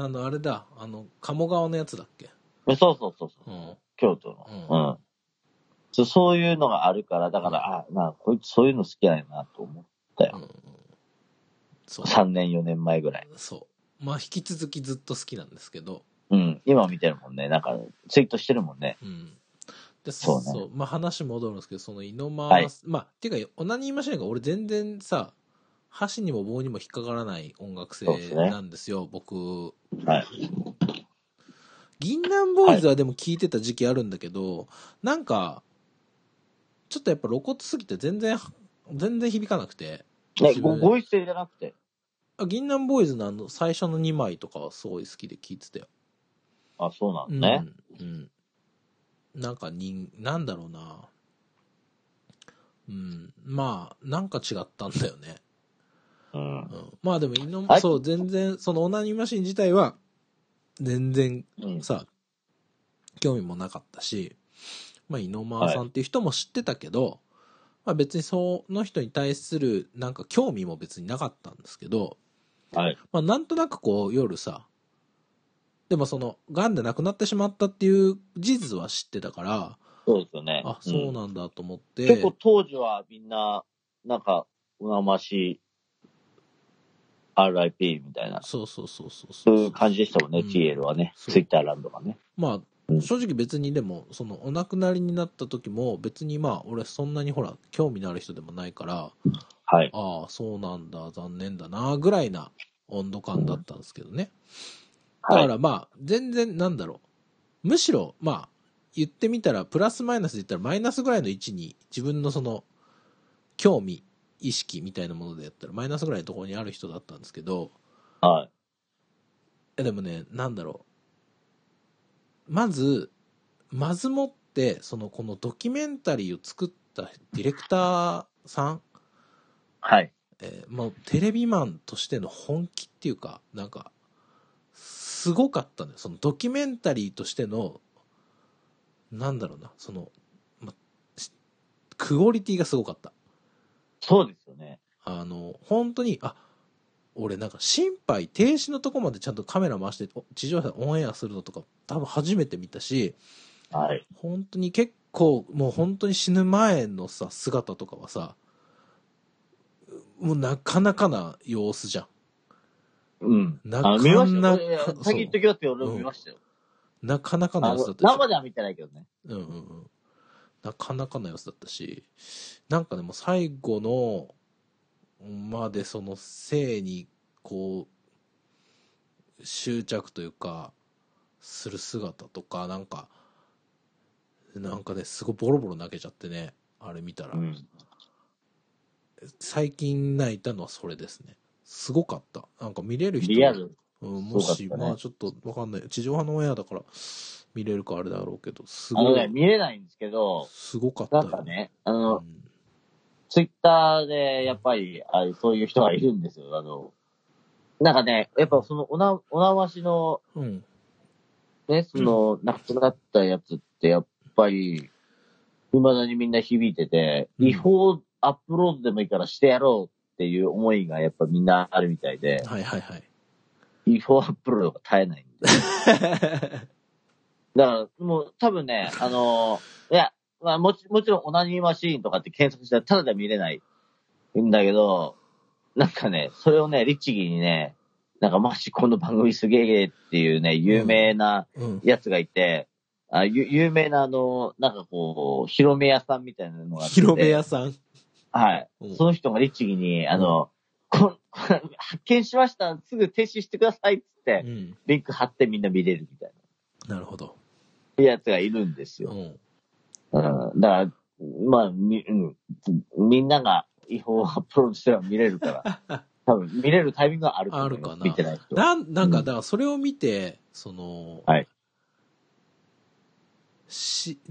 あの、あれだ、あの、鴨川のやつだっけ？ そうそうそうそう、うん。京都の。うん。うん、そ, そういうのがあるから、だから、あ、まあ、こいつそういうの好きなんやなと思ったよ。うん、そう。さんねんよねんまえぐらい。 そう。まあ、引き続きずっと好きなんですけど。 うん。今見てるもんね。なんか、ツイートしてるもんね。 うん。で、そうね。そう。まあ、話戻るんですけど、その猪間、はい、まあ、っていうか、オナニーマシンが俺全然さ、箸にも棒にも引っかからない音楽性なんですよ、すね、僕。はい。銀杏ボーイズはでも聞いてた時期あるんだけど、はい、なんか、ちょっとやっぱ露骨すぎて全然、全然響かなくて。 ね、ご、ご一声じゃなくて。 あ、銀杏ボーイズのあの、最初のにまいとかはすごい好きで聞いてたよ。 あ、そうなんね。 うん。うん。なんかに、なんだろうな。うん。まあ、なんか違ったんだよね。うん。うん、まあでも、いの、そう、全然、そのオナニーマシン自体は、全然さ、うん、興味もなかったし、まあ、猪間さんっていう人も知ってたけど、はい、まあ別にその人に対するなんか興味も別になかったんですけど、はい。まあなんとなくこう夜さ、でもその、癌で亡くなってしまったっていう事実は知ってたから、 そうですよね。 あ、そうなんだと思って。 うん、結構当時はみんな、なんか、うなまし、アールアイピー みたいな。 そうそうそうそう。 そういう感じでしたもんね、うん、ティーエル はね。ツイッターランドがね。 まあ、正直別にでも、そのお亡くなりになった時も別にまあ俺そんなにほら興味のある人でもないから、はい、ああそうなんだ残念だなぐらいな温度感だったんですけどね。だからまあ全然なんだろう、むしろまあ言ってみたらプラスマイナスで言ったらマイナスぐらいの位置に自分のその興味意識みたいなものでやったらマイナスぐらいのところにある人だったんですけど、はい。でもねなんだろう。まず、まずもって、その、このドキュメンタリーを作ったディレクターさん。はい。えー、もうテレビマンとしての本気っていうか、なんか、すごかったのよ。そのドキュメンタリーとしての、なんだろうな、その、ま、クオリティがすごかった。 そうですよね。 あの、本当に、あ、俺なんか心肺停止のとこまでちゃんとカメラ回して地上波オンエアするのとか多分初めて見たし、はい、本当に結構もう本当に死ぬ前のさ姿とかはさもうなかなかな様子じゃん。 うん。なかなか先言っときますけど俺も見ましたよ、 うん。なかなかな様子だったし。 生では見てないけどね。 うんうんうん。なかなかな様子だったし、なんかでも最後のまでその性にこう執着というかする姿とかなんかなんかねすごいボロボロ泣けちゃってねあれ見たら、うん、最近泣いたのはそれですね。すごかった。なんか見れる人リアル、 うん、もし、ね、まあちょっとわかんない地上波のオンエアだから見れるかあれだろうけどすごい。 あのね見れないんですけどすごかったよ。 なんかねあの、うん、ツイッターでやっぱりあそういう人がいるんですよ。あのなんかねやっぱそのおなおなわしの、うん、ねその亡くなったやつってやっぱり未だにみんな響いてて、うん、違法アップロードでもいいからしてやろうっていう思いがやっぱみんなあるみたいで、 はいはいはい。 違法アップロードが絶えないんで。だからもう多分ね、あのー、いや、まあもちもちろんオナニーマシーンとかって検索したらただでは見れないんだけど、なんかね、それをね、律儀にね、なんかマジこの番組すげえっていうね、有名なやつがいて、うんうん、あゆ有名なあの、なんかこう、広め屋さんみたいなのがあって。 広め屋さんはい。うん、その人が律儀に、あの、うん、こ発見しました、すぐ停止してくださいっつって、うん、リンク貼ってみんな見れるみたいな。なるほど。 っていうやつがいるんですよ。うん。うん、だから、まあ、み、うん、みんなが違法アップロードしては見れるから、多分見れるタイミングがあると思う。あるかな。見てない人。 なん、なんか、だからそれを見て、うん、その、はい。し、なんか、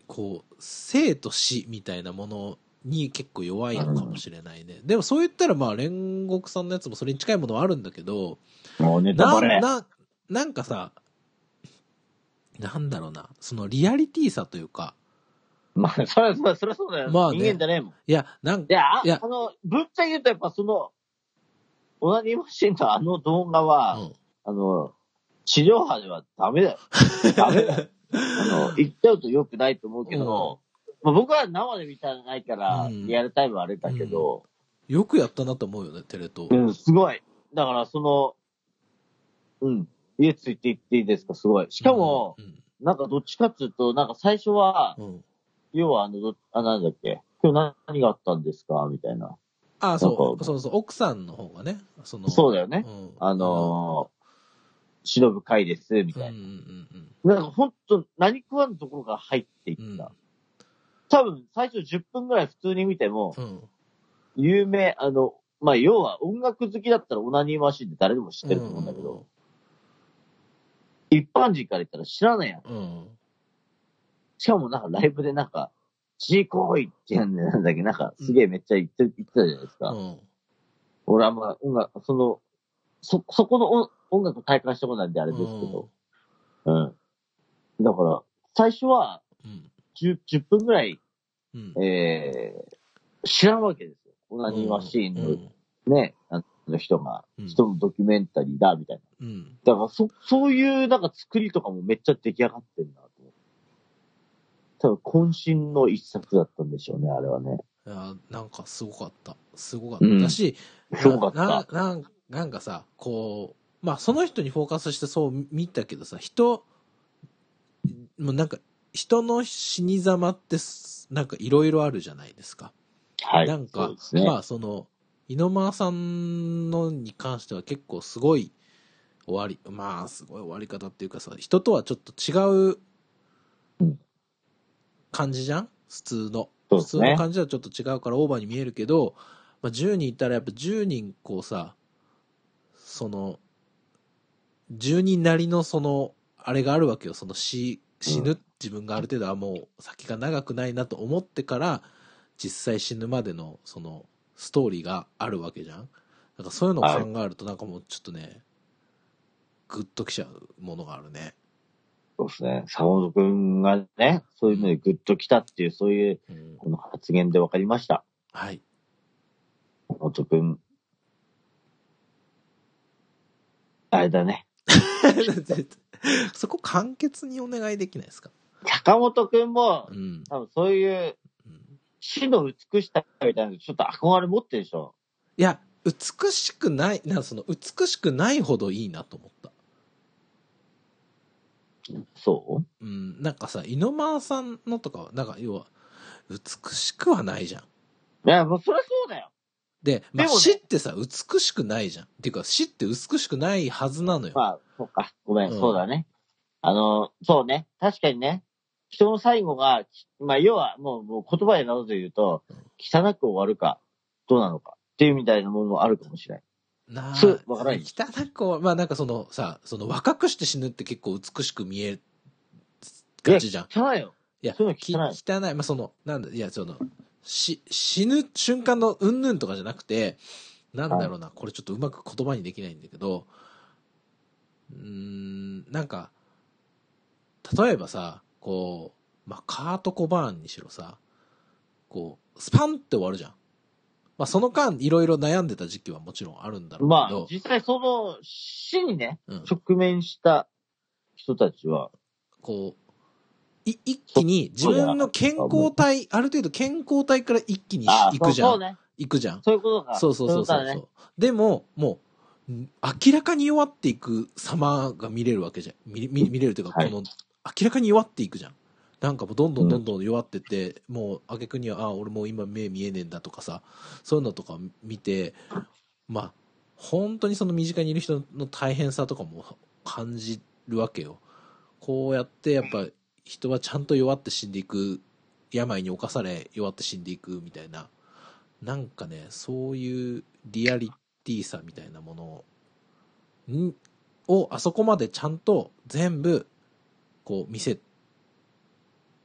こう生と死みたいなものに結構弱いのかもしれないね。でもそう言ったらまあ煉獄さんのやつもそれに近いものはあるんだけど、 もうネタバレ。 な、な、なんかさ、なんだろうな、そのリアリティさというか。 まあ、それは、それは、それはそうだよ。まあ、ね、人間じゃねえもん。いや、なんか。いや、いや、あの、ぶっちゃけ言うとやっぱその、オナニーマシンのあの動画は、うん、あの、地上波ではダメだよ。ダメだよ。あの、言っちゃうと良くないと思うけど、うん、まあ、僕は生で見たないから、リアルタイムはあれだけど、 うん、よくやったなと思うよね、テレ東。 うん、すごい。だからその、うん、家ついていっていいですか、すごい。しかも、うんうん、なんかどっちかっていうと、なんか最初は、うん、要はあの、あ、なんだっけ、今日何があったんですかみたいな。 ああ、そう、そうそう、奥さんの方がね、 その、そうだよね。うん、あのー、忍ぶ会です、みたいな。うんうんうん、なんかほんと、何食わぬところから入っていった。うん、多分、最初じゅっぷんぐらい普通に見ても、うん、有名、あの、まあ、要は音楽好きだったらオナニーマシンって誰でも知ってると思うんだけど、うんうん、一般人から言ったら知らないやん。うん、しかもなんかライブでなんか、G 行為ってやんねなんだっけ、なんかすげえめっちゃ言って、言ってたじゃないですか。うん、俺はまあ音楽、その、そ、そこの音音楽体感したことなんであれですけど。うん。うん、だから、最初は10、じゅっぷんぐらい、うん、えー、知らんわけですよ。オナニーマシーンの、うん、ね、あの人が、うん、人のドキュメンタリーだ、みたいな。うん、だからそ、そういうなんか作りとかもめっちゃ出来上がってんなと思って。多分渾身の一作だったんでしょうね、あれはね。 いや、なんかすごかった。すごかったし、 うん、すごかった。 な、な、なんかさ、こう、まあその人にフォーカスしてそう見たけどさ、人、もうなんか、人の死に様って、なんかいろいろあるじゃないですか。 はい。 なんか、ね、まあその、井ノ間さんのに関しては結構すごい終わり、まあすごい終わり方っていうかさ、人とはちょっと違う感じじゃん普通の。 ね、 普通の感じはちょっと違うからオーバーに見えるけど、まあ、じゅうにんいたらやっぱじゅうにんこうさ、その、じゅうにんなりのその、あれがあるわけよ。その死、死ぬ、自分がある程度はもう先が長くないなと思ってから、実際死ぬまでのその、ストーリーがあるわけじゃん。なんかそういうのを考えるとなんかもうちょっとね、グッときちゃうものがあるね。 そうですね。坂本くんがね、そういうのでグッときたっていう、そういう、この発言で分かりました。 うん、はい。 坂本くん。あれだね。 そこ簡潔にお願いできないですか？ 坂本くんも、うん、多分そういう、死の美しさみたいなのちょっと憧れ持ってるでしょ。 いや、美しくない、なんかその美しくないほどいいなと思った。 そううん、なんかさ、井ノ間さんのとかは、なんか要は、美しくはないじゃん。 いや、もうそりゃそうだよ。 で、まあ、死ってさ、美しくないじゃん。っていうか、死って美しくないはずなのよ。 まあ、そうか。ごめん、うん、そうだね。あの、そうね。確かにね。人の最後が、まあ、要は、もう、もう言葉でなどと言うと、汚く終わるか、どうなのか、っていうみたいなものもあるかもしれない。 なあ、そう、わからない。汚くは、まあなんかそのさ、その若くして死ぬって結構美しく見えがちじゃん。 いや、汚いよ。 いや、そういうの汚い。汚い。まあその、なんだ、いや、その、し、死ぬ瞬間のうんぬんとかじゃなくて、なんだろうな、はい、これちょっとうまく言葉にできないんだけど、うーん、なんか、例えばさ、こう、まあカート・コバーンにしろさ、こう、スパンって終わるじゃん。まあその間いろいろ悩んでた時期はもちろんあるんだろうけど。 まあ実際その死にね、うん、直面した人たちは、 こう、い一気に自分の健康体、ある程度健康体から一気に行くじゃん。そうね。行くじゃん。 そういうことか。 そうそうそうそう。そうね、でも、もう、明らかに弱っていく様が見れるわけじゃん。見、見見れるというか、はい、この、明らかに弱っていくじゃん。なんかもうどんどんどんどん弱ってって、うん、もう挙句には、ああ、俺もう今目見えねえんだとかさ、そういうのとか見て、まあ、本当にその身近にいる人の大変さとかも感じるわけよ。こうやってやっぱ人はちゃんと弱って死んでいく、病に侵され弱って死んでいくみたいな、なんかね、そういうリアリティさみたいなものを、をあそこまでちゃんと全部こう見せ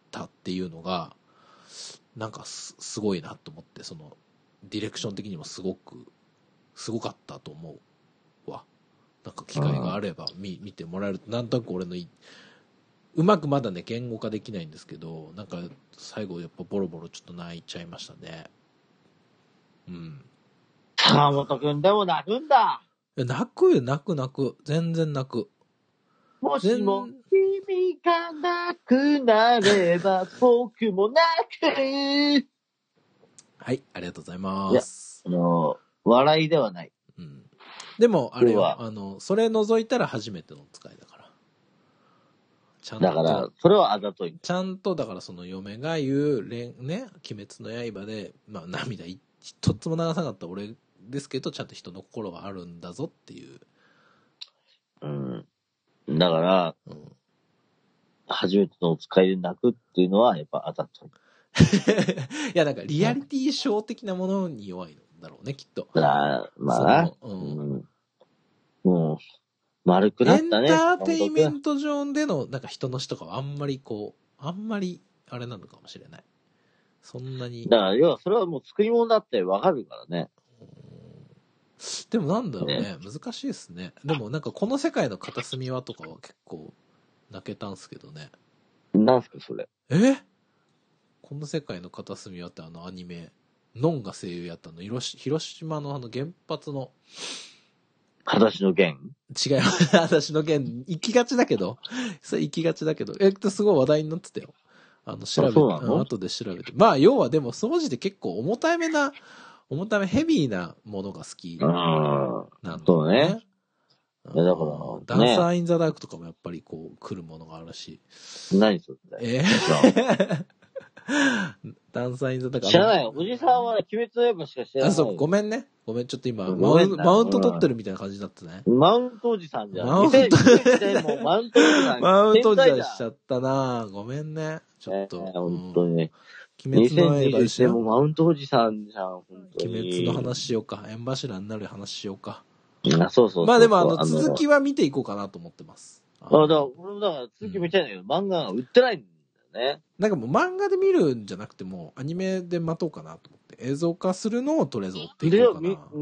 たっていうのがなんか す, すごいなと思って、そのディレクション的にもすごくすごかったと思うわ。なんか機会があれば 見, 見てもらえると、なんとなく俺のいうまくまだね言語化できないんですけど、なんか最後やっぱボロボロちょっと泣いちゃいましたね。うん。 坂本くんでも泣くんだ。 いや泣くよ、泣く泣く、全然泣く。 もしも君がなくなれば僕も泣く。 はい、ありがとうございます。 いや、あの笑いではない。 うん。でもあれはあのそれ除いたら初めての使いだから。ちゃんとだからそれはあざとい。 ちゃんとだからその嫁が言うね、鬼滅の刃でまあ涙一つも流さなかった俺ですけど、ちゃんと人の心はあるんだぞっていう。 うん。だから、うん、初めてのお使いで泣くっていうのはやっぱあざとい。 いやなんかリアリティショー的なものに弱いんだろうね、きっと。 あまあ、うん。もう、丸くなったね。 エンターテイメント上でのなんか人の死とかはあんまりこう、あんまりあれなのかもしれない。そんなに。 だから要はそれはもう作り物だってわかるからね。 でもなんだろうね、ね、難しいですね。でもなんかこの世界の片隅はとかは結構泣けたんすけどね。 なんすかそれ。 えこの世界の片隅はってあのアニメ、ノンが声優やったの、広島のあの原発の。 裸足の弦？ 違います。裸足の弦、行きがちだけど、それ行きがちだけど、えっと、すごい話題になってたよ。あの、調べて、あ後で調べて。まあ、要はでも、掃除で結構重ためな、重ためヘビーなものが好きなんだ、ね。 そうね。いやだから、 ダンサーインザダークとかもやっぱりこう、来るものがあるし。 何それ？ えーダンサーインザダーク。 知らないよ。おじさんは鬼滅の刃しか知らない。 あ、そう、ごめんね。ごめん、ちょっと今、マウンマウント取ってるみたいな感じになってね。 マウントおじさんじゃん。 マウント、 マウントおじさん。 マウントおじさんしちゃったな。ごめんね。ちょっと。 えー、本当にね。 鬼滅の刃でもマウントおじさんじゃん、本当に。 鬼滅の話しようか。縁柱になる話しようか。 あ、そうそうそう。 まあでもあの、続きは見ていこうかなと思ってます。 あ、だから、俺もだから続き見たいんだけど、漫画が売ってないんだよね。 なんかもう漫画で見るんじゃなくても、アニメで待とうかなと思って。映像化するのをとりあえず追っていこうかな。 うん、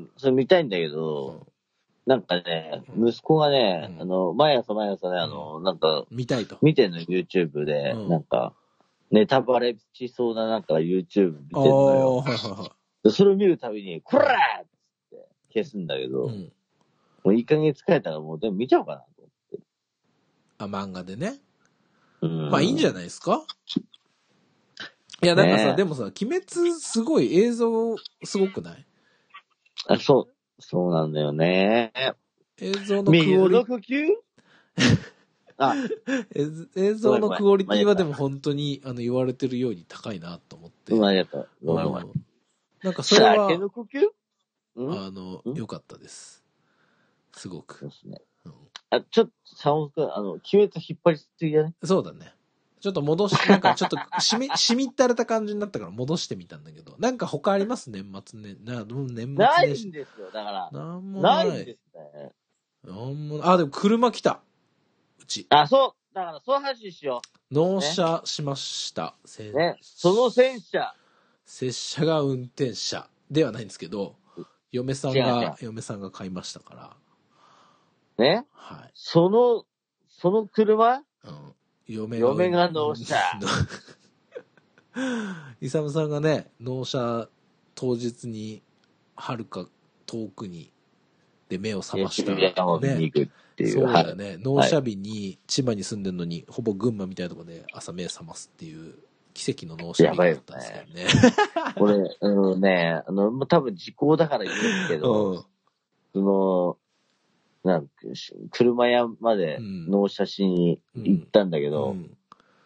それ見たいんだけど、うん、なんかね、息子がね、うん、あの、毎朝毎朝ね、あの、うん、なんか、 見たいと。 見てんの YouTube で、うん、なんか、ネタバレしそうななんか YouTube 見てんのよ。はいはいはい、それを見るたびに、こらーって消すんだけど、うん、もういい加減疲れたらもうでも見ちゃおうかなと思って。 あ、漫画でね。うん、まあいいんじゃないですか。いや、なんかさ、ね、でもさ、鬼滅すごい映像すごくない？ あ、そう、そうなんだよね。 映像のクオリティ。 水の呼吸あ映像のクオリティはでも本当にあの言われてるように高いなと思って。 まあ、やっぱ、ごめんごめん。 なんかそれは、 酒の呼吸？ あの、良かったです。すごく。 そうですね。うん、あ、ちょっと、サオン君、あの、鬼滅引っ張りすぎだね。 そうだね。ちょっと戻し、なんかちょっとしみ、しみったれた感じになったから戻してみたんだけど、なんか他あります年末ね。な、年末年ないんですよ、だから。 なんもない。 ないんですね。 なんもない。あ、でも車来た。うち。 あ、そう。だから、そう話しよう。納車しました。 ね。ね。その戦車。 拙者が運転者ではないんですけど、嫁さんが、嫁さんが買いましたから。 ね。はい。その、その車？うん。 嫁が、嫁が納車。 イサムさんがね、納車当日に、はるか遠くに、で目を覚ました、ね。そうだよね。はい、納車日に千葉に住んでるのに、ほぼ群馬みたいなところで朝目覚ますっていう奇跡の納車日だったんですけどね。 これ、あのね、あの、多分時効だから言うんけど、うん、その、なんか車屋まで納車しに行ったんだけど、うんうん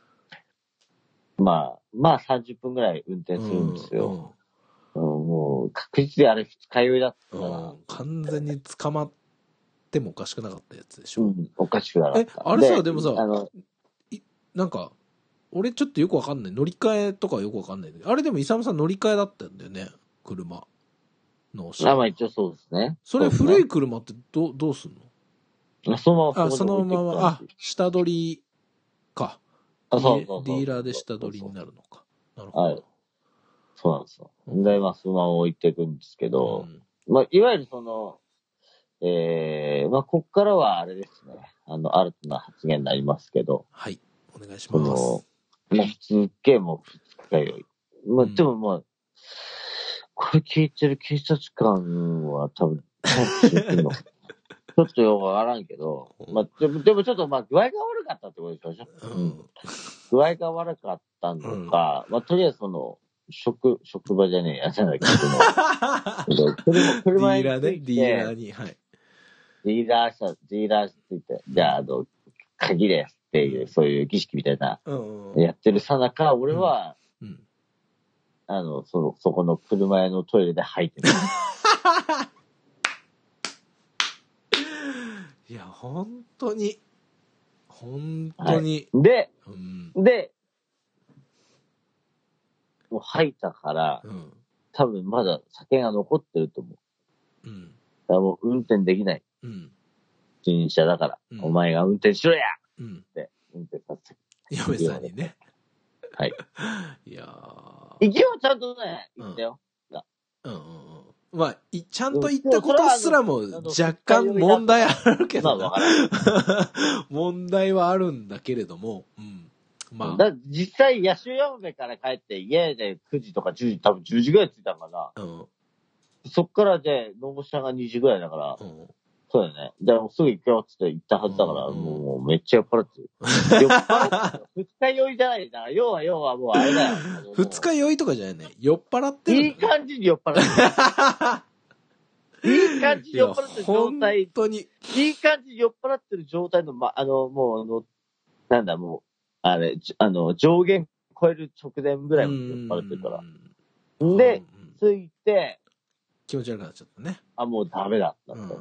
まあ、まあさんじゅっぷんぐらい運転するんですよ。うんうん、もう、確実にあれ二日酔いだったから、うん。 完全に捕まってもおかしくなかったやつでしょ。 うん、おかしくなかった。 え、あれさ、で, でもさ、あのなんか、俺ちょっとよくわかんない。乗り換えとかよくわかんない。あれでもイサムさん乗り換えだったんだよね、車。納車。 あ、まあ一応そうですね。 それ古い車ってどう、どうすんの？ そのまま。 あ、そのまま、あ、下取りか。 あ、そうそうそう。 ディーラーで下取りになるのか。なるほど。はい。 そうなんですよ。で、まあ、そのまま置いていくんですけど、うん、まあ、いわゆるその、えー、まあ、こっからはあれですね。あの、新たな発言になりますけど。 はい。お願いします。 この、もう、すっげえもう、二日酔い。まあ、でもまあ、うん、これ聞いてる警察官は多分、ちょっとよくわからんけど、まあ、でも、でもちょっとまあ、具合が悪かったってことでしょ、うん、具合が悪かったのか、うん、まあ、とりあえずその、職、職場じゃねえや、じゃないけど、車、車について、ディーラーね、ディーラーに、はい。ディーラー車、ディーラーについて、じゃあ、あの、鍵ですっていう、そういう儀式みたいな、やってるさなか、俺は、うんうん、あの、その、そこの車屋のトイレで吐いてる。 いや、本当に、本当に。 はい、で、うん、で、もう吐いたから、うん、多分まだ酒が残ってると思う。うん。だからもう運転できない。うん。新車だから、うん、お前が運転しろや、うん、って、運転させて。 嫁さんにね。 はい。 いやー。 行きよ、ちゃんとね、行ったよ。 うん、うんうんうん。まあ、ちゃんと言ったことすらも若干問題あるけどな。問題はあるんだけれども、うん。 まあ。だ実際、ヤシュヤムから帰って家でくじとかじゅうじ、多分じゅうじぐらい着いたのかな。うん。そっからで、ノボシャがにじぐらいだから、うん、そうだよね。だからもうすぐ行くよって言ったはずだから、うん、もうめっちゃ酔っ払ってる。酔っ払ってる。二日酔いじゃないな。要は要はもうあれだよ。 二日酔いとかじゃないね。酔っ払ってる、 ね。いい感じに酔っ払ってる。いい感じに酔っ払ってる状態。 本当に。 いい感じに酔っ払ってる状態の、ま、あの、もうあの、なんだ、もう、あれ、あの、上限超える直前ぐらいまで酔っ払ってるから。で、ついて、 気持ち悪くなっちゃったね。 あ、もうダメだったった、うん。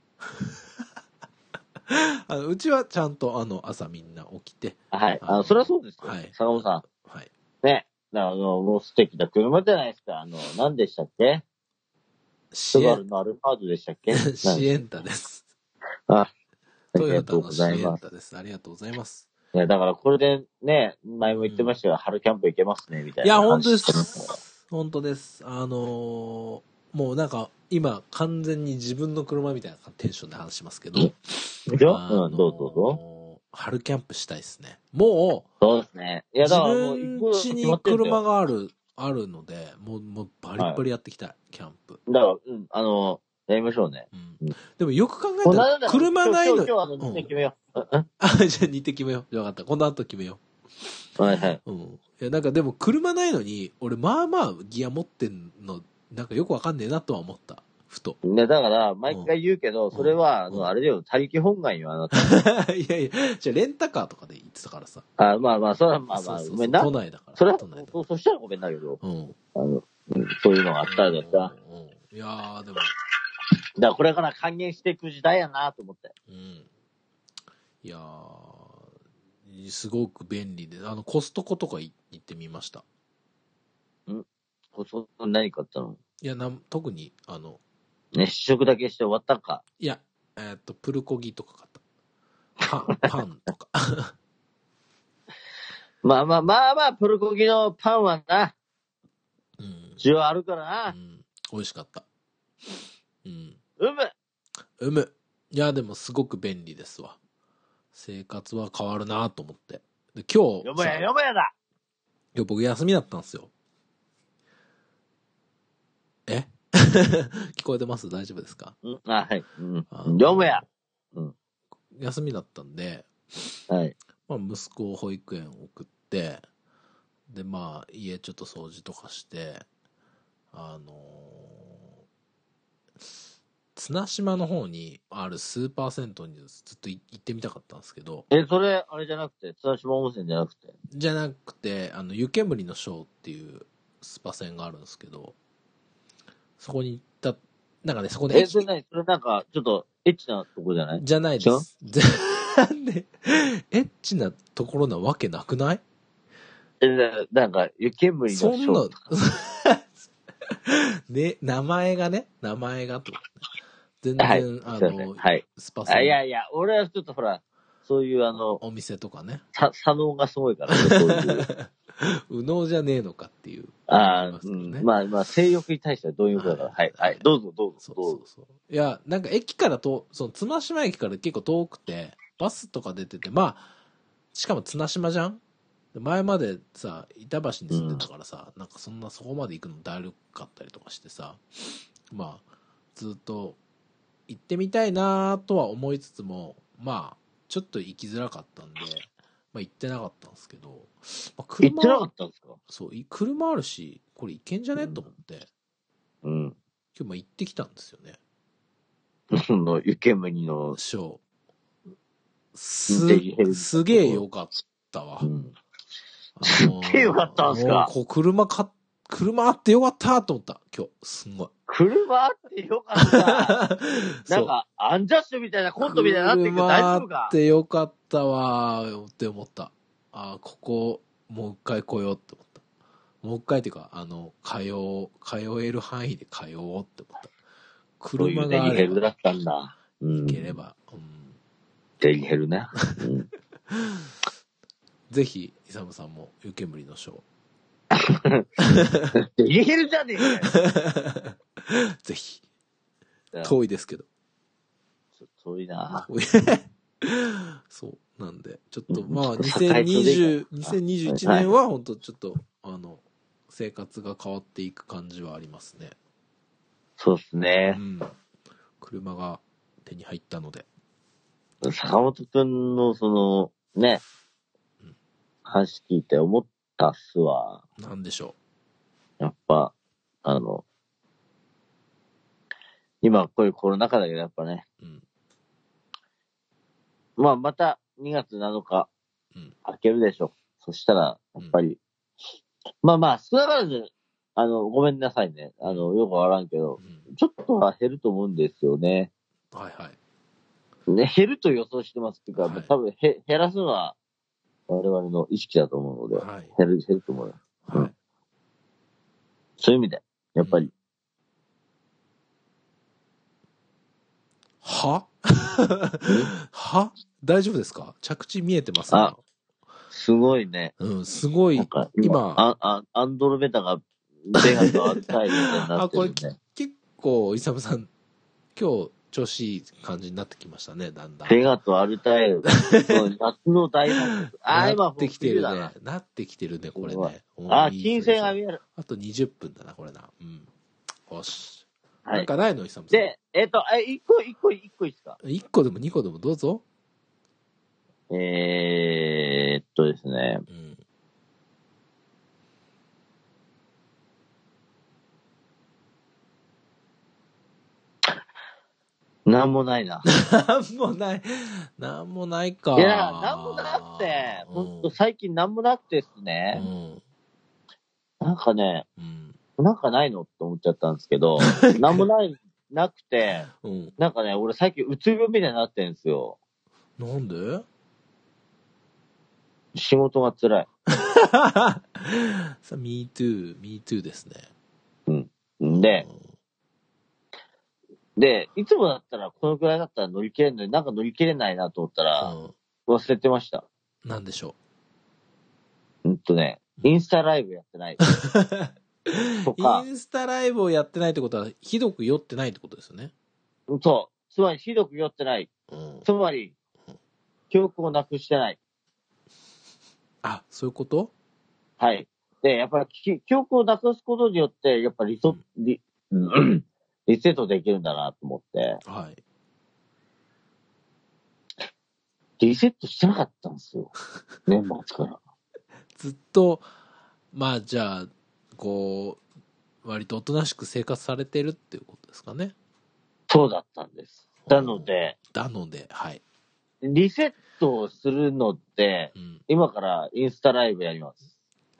あのうちはちゃんとあの朝みんな起きて。 はい。あの、それはそうですよ。はい。坂本さん。はい。ね。あの、もう素敵な車じゃないですか。あの、何でしたっけ？スバルのアルファードでしたっけ？ シエンタです。 あ、 トヨタのシエンタです。ありがとうございます。 いや、だからこれでね、前も言ってましたが、うん、春キャンプ行けますね、みたいな。 いや、本当です。本当です。あのー、もうなんか、今、完全に自分の車みたいなテンションで話しますけど。 いくよ、うん、どうぞどうぞ。 春キャンプしたいですね。もう、 そうですね。いや、だからもう自分家に車がある、あるので、もう、もうバリッバリやっていきたい、はい、キャンプ。 だから、うん、あのー、やりましょうね。 うん。でもよく考えたら、車ないの。 今日、今日、あの、日程決めよう。 うん、あ、じゃあ日程決めよう。じゃあ分かった。この後決めよう。はいはい。 うん。いや、なんかでも車ないのに、俺まあまあギア持ってんの、なんかよくわかんねえなとは思った。ふと。 ね、だから、毎回言うけど、うん、それは、あの、あれだよ、他力本願よ、あなた。 いやいや、じゃあレンタカーとかで行ってたからさ。 あ、まあまあ、それはまあまあ、 ごめんな。都内だから。 それは、 都内だそ、そしたらごめんだけど、うん。あの、うん、そういうのがあったらださ。 うんうん、いやー、でも。 だからこれから還元していく時代やなと思って。 うん。いやー、すごく便利で、あの、コストコとか行ってみました。 んコストコ何買ったの？ いや、なん、特に、あの、 ね、試食だけして終わったんか。 いや、えー、っと、プルコギとか買った。パン、パンとか。 まあまあまあまあ、プルコギのパンはな、うん。需要あるからな。 うん。美味しかった。うん。 うむうむ。いや、でもすごく便利ですわ。生活は変わるなと思って。で、今日。 よもやよもやだ。 いや、僕休みだったんですよ。え聞こえてます？大丈夫ですか？ うん、あ、はい。うん。よもや。うん。 休みだったんで、 はい。 まあ、息子を保育園送って、で、まあ、家ちょっと掃除とかして、あのー、綱島の方にあるスーパー銭湯にずっと行ってみたかったんですけど。 え、それ、あれじゃなくて、綱島温泉じゃなくてじゃなくて、あの、湯煙のショーっていうスパ船があるんですけど、そこに行った、なんかね、そこで。 え、それ何それなんか、ちょっと、エッチなとこじゃない？ じゃないです。なんで、エッチなところなわけなくない？ え、なんか、湯煙のショー。そんな、 ね、名前がね、名前がと。全然、はい、あの、 はい、 スパさん。 いやいや、俺はちょっとほら、 そういうあの、 お店とかね。 さ、左脳がすごいからね、そういう。 右脳じゃねえのかっていう、 ああ、 ね、 うん。まあまあ、性欲に対しては貪欲だから。はい、はい、はい。どうぞ、どうぞ、 そうどうぞ。 そうそう。いや、なんか駅からと、その、綱島駅から結構遠くて、バスとか出てて、まあ、しかも綱島じゃん前までさ、板橋に住んでたからさ、うん、なんかそんなそこまで行くのだるかったりとかしてさ、まあ、ずっと行ってみたいなとは思いつつも、まあ、ちょっと行きづらかったんで、まあ行ってなかったんですけど、まあ、車、 行ってなかったんですか？ そう、車あるし、これ行けんじゃね、うん、と思って、 うん。今日まあ行ってきたんですよね。 その、湯煙の、 ショー。す、すげえよかったわ。うん、 すっげえよかったんすか？ こう車か、車あってよかったと思った、今日。すんごい。 車あってよかった。なんか、アンジャッシュみたいなコントみたいになってるけど大丈夫か？ 車あってよかったわーって思った。あ、ここ、もう一回来ようって思った。もう一回っていうか、あの、通おう、通える範囲で通おうって思った。車があれば。 デリヘルだったんだ。 うん、行ければ。うん、 デリヘルね。うん、 ぜひ、イサムさんも湯煙のショー。 デリヘルじゃねえかよ。 ぜひ。遠いですけど。 遠いな。 そう。なんで、ちょっと、まあ、にせんにじゅう、にせんにじゅういちねんは、本当ちょっと、あの、生活が変わっていく感じはありますね。 そうですね。 うん。車が手に入ったので。 坂本くんの、その、ね、うん、話聞いて思ったっすわ。 なんでしょう。やっぱ、あの、今こういうコロナ禍だけど、やっぱね、うん、まあ、またにがつなのか、うん、開けるでしょ。そしたら、やっぱり、うん、まあまあ、少なからず、あの、ごめんなさいね。あの、よくわからんけど、うん、ちょっとは減ると思うんですよね。 はいはい。 ね、減ると予想してますっていうか、はい、多分へ、減らすのは、我々の意識だと思うので、はい、減る、減ると思います。はい、うん。そういう意味で、やっぱり。うん、 はは大丈夫ですか？着地見えてますか？ すごいね。 うん、すごい。 なんか今、あ、あ、アンドロメダが、ベガとアルタイルみたいになってるね。あ、これ結構、イサムさん、今日、調子いい感じになってきましたね、だんだん。 ベガとアルタイル。夏の大反発。あ、今、 なってきてるね。なってきてるね、これね。 あ、金星が見える。 あとにじゅっぷんだな、これな。うん。よし。はい、なんかないの、イサムさん。 で、えっと、え、一個、一個、一個いいですか？ 一個でも二個でもどうぞ。 えー、っとですね。うん。なんもないな。 なんもない。なんもないか。 いや、なんもなくて、ほんと最近なんもなくてっすね。うん、なんかね、うん、なんかないのって思っちゃったんですけど、なんもない、なくて、うん、なんかね、俺最近うつ病みたいになってんすよ。 なんで？ 仕事が辛い。 さ、me too, me too ですね。 うん。で、で、いつもだったら、このくらいだったら乗り切れるのになんか乗り切れないなと思ったら、うん、忘れてました。 なんでしょう。うんとね、インスタライブやってない。 とか。インスタライブをやってないってことは、ひどく酔ってないってことですよね。 そう。つまり、ひどく酔ってない。うん、つまり、記憶をなくしてない。 あ、そういうこと？ はい。で、やっぱり記憶をなくすことによって、やっぱりリソ、うん、リ、うんリセットできるんだなと思って。はい。リセットしてなかったんですよ。年末から。 ずっと、まあじゃあ、こう、割とおとなしく生活されてるっていうことですかね。 そうだったんです。なので。 なので、はい。 リセットをするのって、うん、今からインスタライブやります。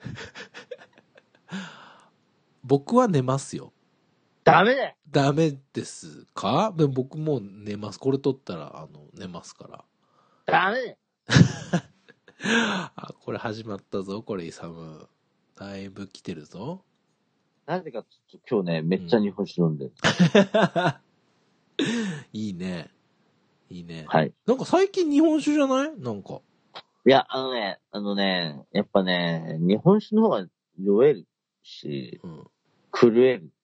僕は寝ますよ。 ダメだよ。 ダメですか？でも僕も寝ます。これ撮ったら、あの、寝ますから。 ダメだよ。 あ、これ始まったぞ、これ、イサム。だいぶ来てるぞ。 なぜかちょっと今日ね、めっちゃ日本酒飲んでる。 うん、いいね。 いいね。 はい。 なんか最近日本酒じゃないなんか。 いや、あのね、あのね、やっぱね、日本酒の方が酔えるし、 うん。 狂える。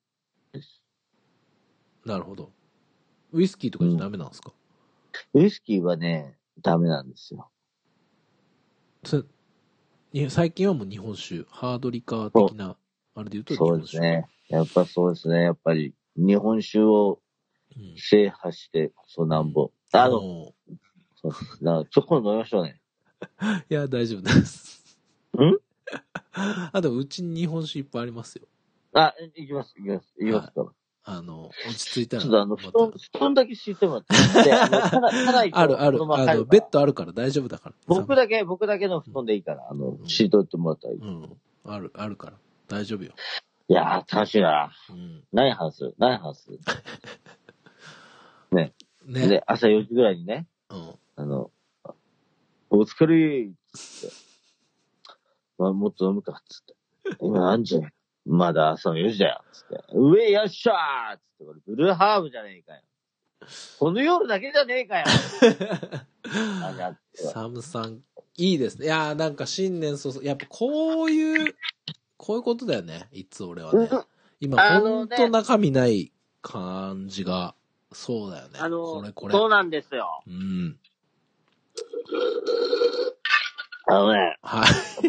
なるほど。ウイスキーとかじゃダメなんですか、 うん、ウイスキーはね、ダメなんですよ。 それ最近はもう日本酒、ハードリカー的な、あれで言うと日そう本酒。 ですね。やっぱそうですね。やっぱり、日本酒を制覇してこそなんぼ。うん、あの、そうだちょこ飲みましょうね。 いや、大丈夫です。 んあ、でもうちに日本酒いっぱいありますよ。 あ、行きます、行きます、行きますから。はい、 あの、落ち着いたら。 ちょっとあの、布団、布団だけ敷いてもらって。で、あの、ただ、ただあるある。あの、ベッドあるから大丈夫だから。 僕だけ、僕だけの布団でいいから、あの、敷いといてもらったらいい。 うん。ある、あるから。大丈夫よ。 いやー、楽しいな。うん。何話す何話すね。ね。で、朝よじぐらいにね。うん。あの、お疲れーっつって。まあ、もっと飲むかっつって。今何時まだ朝のよじだよっつって。うえよっしゃーっつって。これブルーハーブじゃねえかよ。この夜だけじゃねえかよ。 サムさん、いいですね。いやーなんか新年早々、やっぱこういう、こういうことだよね。いつ俺はね。今、ほんと中身ない感じが、そうだよね。 あのこれこれ。 そうなんですよ。 うん。 あのね。 はい。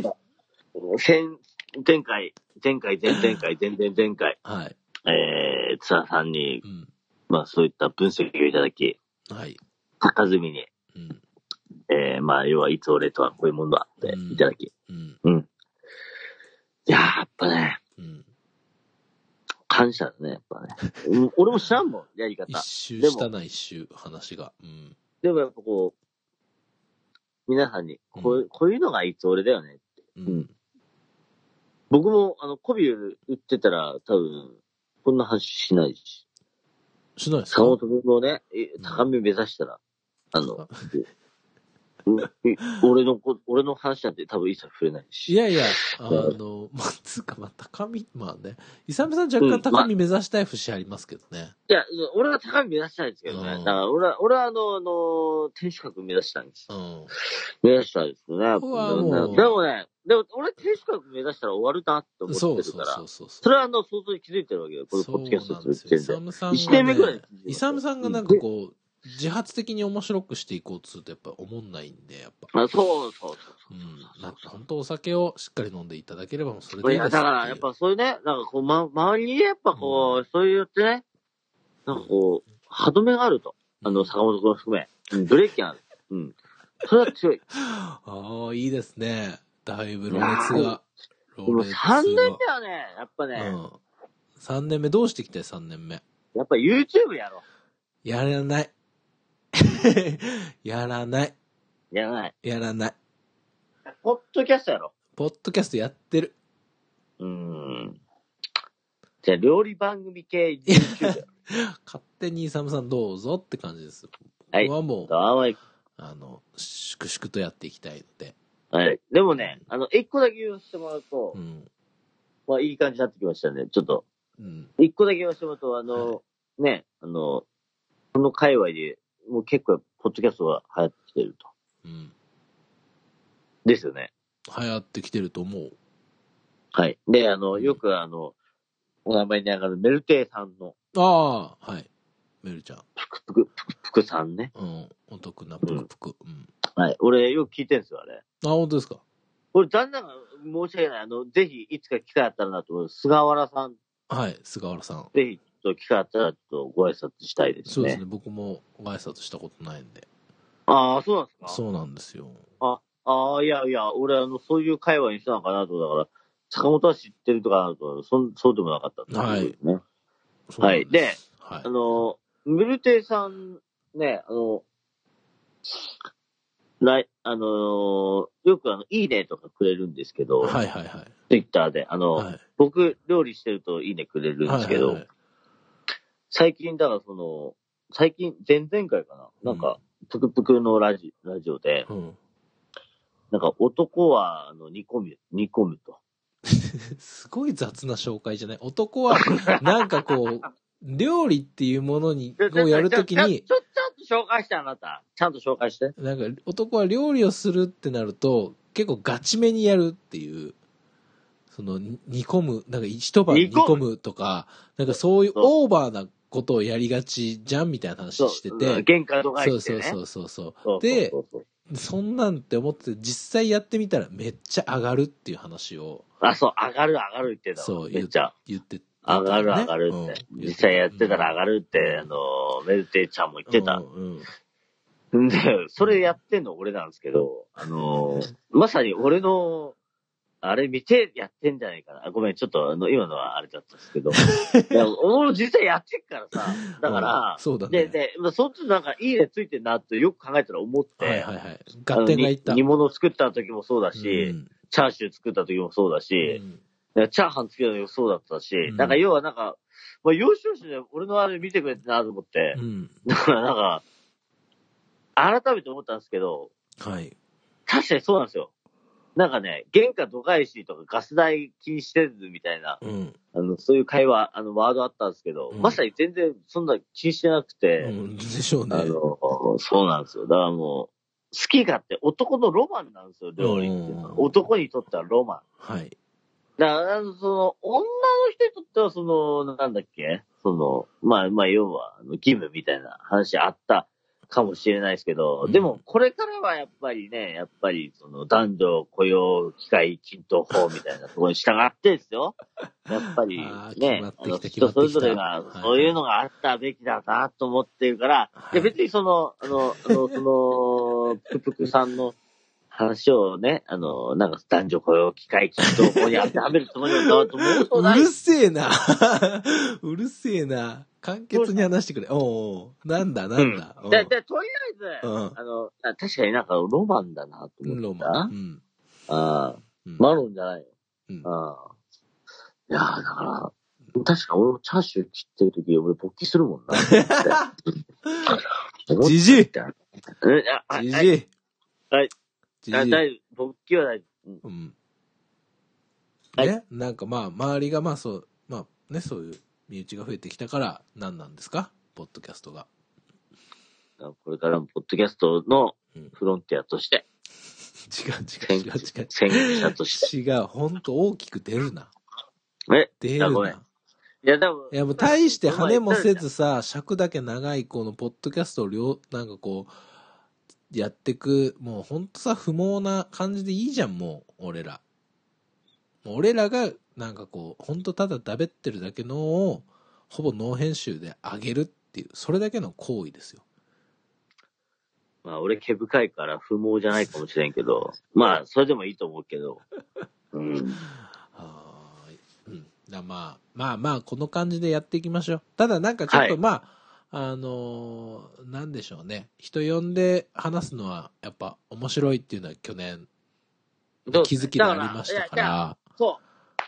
前、前回、前回、前々回、前々前回。 はい。 えー、ツアーさんに、うん、まあそういった分析をいただき。はい。高積みに。うん。えー、まあ要はいつ俺とはこういうもんだっていただき。うん。うん。うん、いやー、やっぱね。うん。感謝だね、やっぱね。俺も知らんもん、やり方。 一周したな、一周、話が。うん。 でもやっぱこう、皆さんに、こう、うん、こういうのがいつ俺だよねって。うん。うん、僕も、あの、コビ売ってたら、多分、こんな話しないし。 しないですか？ 坂本君もね、高み目指したら、うん、あの、俺のこ、俺の話なんて多分一切触れないし。 いやいや、あの、まあ、つうか、まあ、高み、まあね、イサムさん若干高み目指したい節ありますけどね。うんま、 いや、俺は高み目指したいんですけどね。うん、だから俺は、俺はあの、あの、天守閣目指したいんです。うん。目指したいですね。でもね、でも俺天守閣目指したら終わるなって思ってるから。そうそうそうそう。それはあの、想像に気づいてるわけよ。これポッドキャストする時点で。イサムさんが、ね、いちねんめぐらい。 イサムさんがなんかこう、自発的に面白くしていこうとするとやっぱ思んないんで、やっぱ。 あ、そうそうそうそう。 うん。なんか本当お酒をしっかり飲んでいただければもうそれでいいです。 いや、だからやっぱそういうね、なんかこう、ま、周りにやっぱこう、うん、そういうってね、なんかこう、歯止めがあると。あの、坂本君含め。うん、ブレーキがある。うん。それは強い。 ああ、いいですね。だいぶろれつが。 ろれつが。さんねんめはね、やっぱね。うん。 さんねんめどうしてきてさんねんめ。 やっぱ YouTube やろ。 やらない。やらない。 やらない。 やらない。 ポッドキャストやろ。 ポッドキャストやってる。 うーん。じゃあ、料理番組系 YouTube。 勝手にイサムさんどうぞって感じです。 はい。 僕はもう、 はい、 あの、粛々とやっていきたいので。 はい。でもね、あの、一個だけ言わせてもらうと、うん、まあ、いい感じになってきましたね。ちょっと。うん。一個だけ言わせてもらうと、あの、はい、ね、あの、この界隈で、もう結構、ポッドキャストが流行ってきてると。うん。ですよね。 流行ってきてると思う。 はい。で、あの、よくあの、お名前に上がるメルテイさんの。 ああ、はい。メルちゃん。 ぷくぷく、ぷくぷくさんね。 うん。お得なぷくぷく。うん。うん、 はい。俺、よく聞いてるんですよ、あれ。 あ、本当ですか。 俺、残念ながら申し訳ない。あの、ぜひ、いつか機会あったらなと思う。菅原さん。 はい、菅原さん。 ぜひ、ちょっと機会あったら、ちょっとご挨拶したいですね。 そうですね。僕もご挨拶したことないんで。 ああ、そうなんですか。 そうなんですよ。 あ、ああ、いやいや、俺、あの、そういう会話にしたのかなと、だから、坂本は知ってるとかなと、そそうでもなかったってことですね。はい。はい。で、はい、あの、メルテイさん、ね、あの、来、あのー、よくあの、いいねとかくれるんですけど、 はいはいはい。 ツイッターで、あの、はい、僕、料理してるといいねくれるんですけど、はいはいはい、最近、だからその、最近、前々回かな、なんか、ぷくぷくのラジラジオで、うん、なんか、男は、あの、煮込む、煮込むと。 すごい雑な紹介じゃない？男は、なんかこう、 料理っていうものに、 ちょをやるときに、 ちょ、ちょ、ちゃんと紹介して、あなた。ちゃんと紹介して。 なんか男は料理をするってなると、結構ガチめにやるっていう、その煮込む、なんか一晩煮込むとか、なんかそういうオーバーなことをやりがちじゃんみたいな話してて。 原価とか言ってね。 そうそうそうそう。で、そうそうそうそう、そんなんって思って実際やってみたらめっちゃ上がるっていう話を。 あ、そう、上がる上がるって言ってた。そう、めっちゃ。 言って、 上がる上がるって。うん、実際やってたら上がるって、うん、あの、メルテイちゃんも言ってた。うんうん、で、それやってんの俺なんですけど、あのー、まさに俺の、あれ見てやってんじゃないかな。ごめん、ちょっとあの、今のはあれだったんですけど。いや俺も実際やってっからさ。だから、 そうだね。 で、で、まあ、そっちなんかいいねついてんなってよく考えたら思って。 はいはいはい。合点がいった。 煮物作った時もそうだし、うん、チャーシュー作った時もそうだし、うん、チャーハン作った時もそうだったし、うん、なんか要はなんか、まあ、よしよしで俺のあれ見てくれてなと思って。うん、だからなんか、改めて思ったんですけど、はい。確かにそうなんですよ。なんかね、原価度外視とかガス代気にしてるみたいな、うん、あの、そういう会話、あの、ワードあったんですけど、うん、まさに全然そんな気にしてなくて、うん、でしょうね。あの、そうなんですよ。だからもう、好き勝手、男のロマンなんですよ、料理っていうのは。男にとってはロマン。はい。だから、その、女の人にとっては、その、なんだっけその、まあ、まあ、要は、義務みたいな話あったかもしれないですけど、うん、でも、これからはやっぱりね、やっぱり、その、男女雇用機会均等法みたいなところに従ってですよ。やっぱり、ね、あの、人それぞれが、そういうのがあったべきだなと思ってるから、はい、で別にその、あの、あの、その、ぷぷくさんの、話をね、あの、なんか男女雇用機会均等法に当てはめるつもりはどうと思うとない。うるせえな。うるせえな。簡潔に話してくれ。おうおう、なんだなんだ。 うん、で、で、とりあえず、うん、あの、確かになんかロマンだなと思った。ロマン。うん。ああ、うん、マロンじゃないよ。うん。ああ。いやー、だから、確か俺もチャーシュー切ってるとき、俺勃起するもんな。 じじい。 じじい。はい。あ、大勃起は大丈夫。うん。 はい、ね、なんかまあ、周りがまあそう、まあね、そういう身内が増えてきたから、何なんですかポッドキャストが。 これからもポッドキャストのフロンティアとして。 うん、違う違う違う違う。 先駆者として。 違う、ほんと大きく出るな。 え出るな。 いや、多分。 いや、もう大して羽もせずさ、尺だけ長いこのポッドキャストを両、なんかこう、やってく、もうほんとさ、不毛な感じでいいじゃん、もう、俺ら。もう俺らが、なんかこう、ほんとただだべってるだけのを、ほぼノー編集で上げるっていう、それだけの行為ですよ。 まあ、俺毛深いから不毛じゃないかもしれんけど、まあ、それでもいいと思うけど。うん。 あうん。だまあ、まあまあ、この感じでやっていきましょう。ただなんかちょっと、はい、まあ、あのー、なんでしょうね。人呼んで話すのはやっぱ面白いっていうのは去年気づきでありましたから。からそう。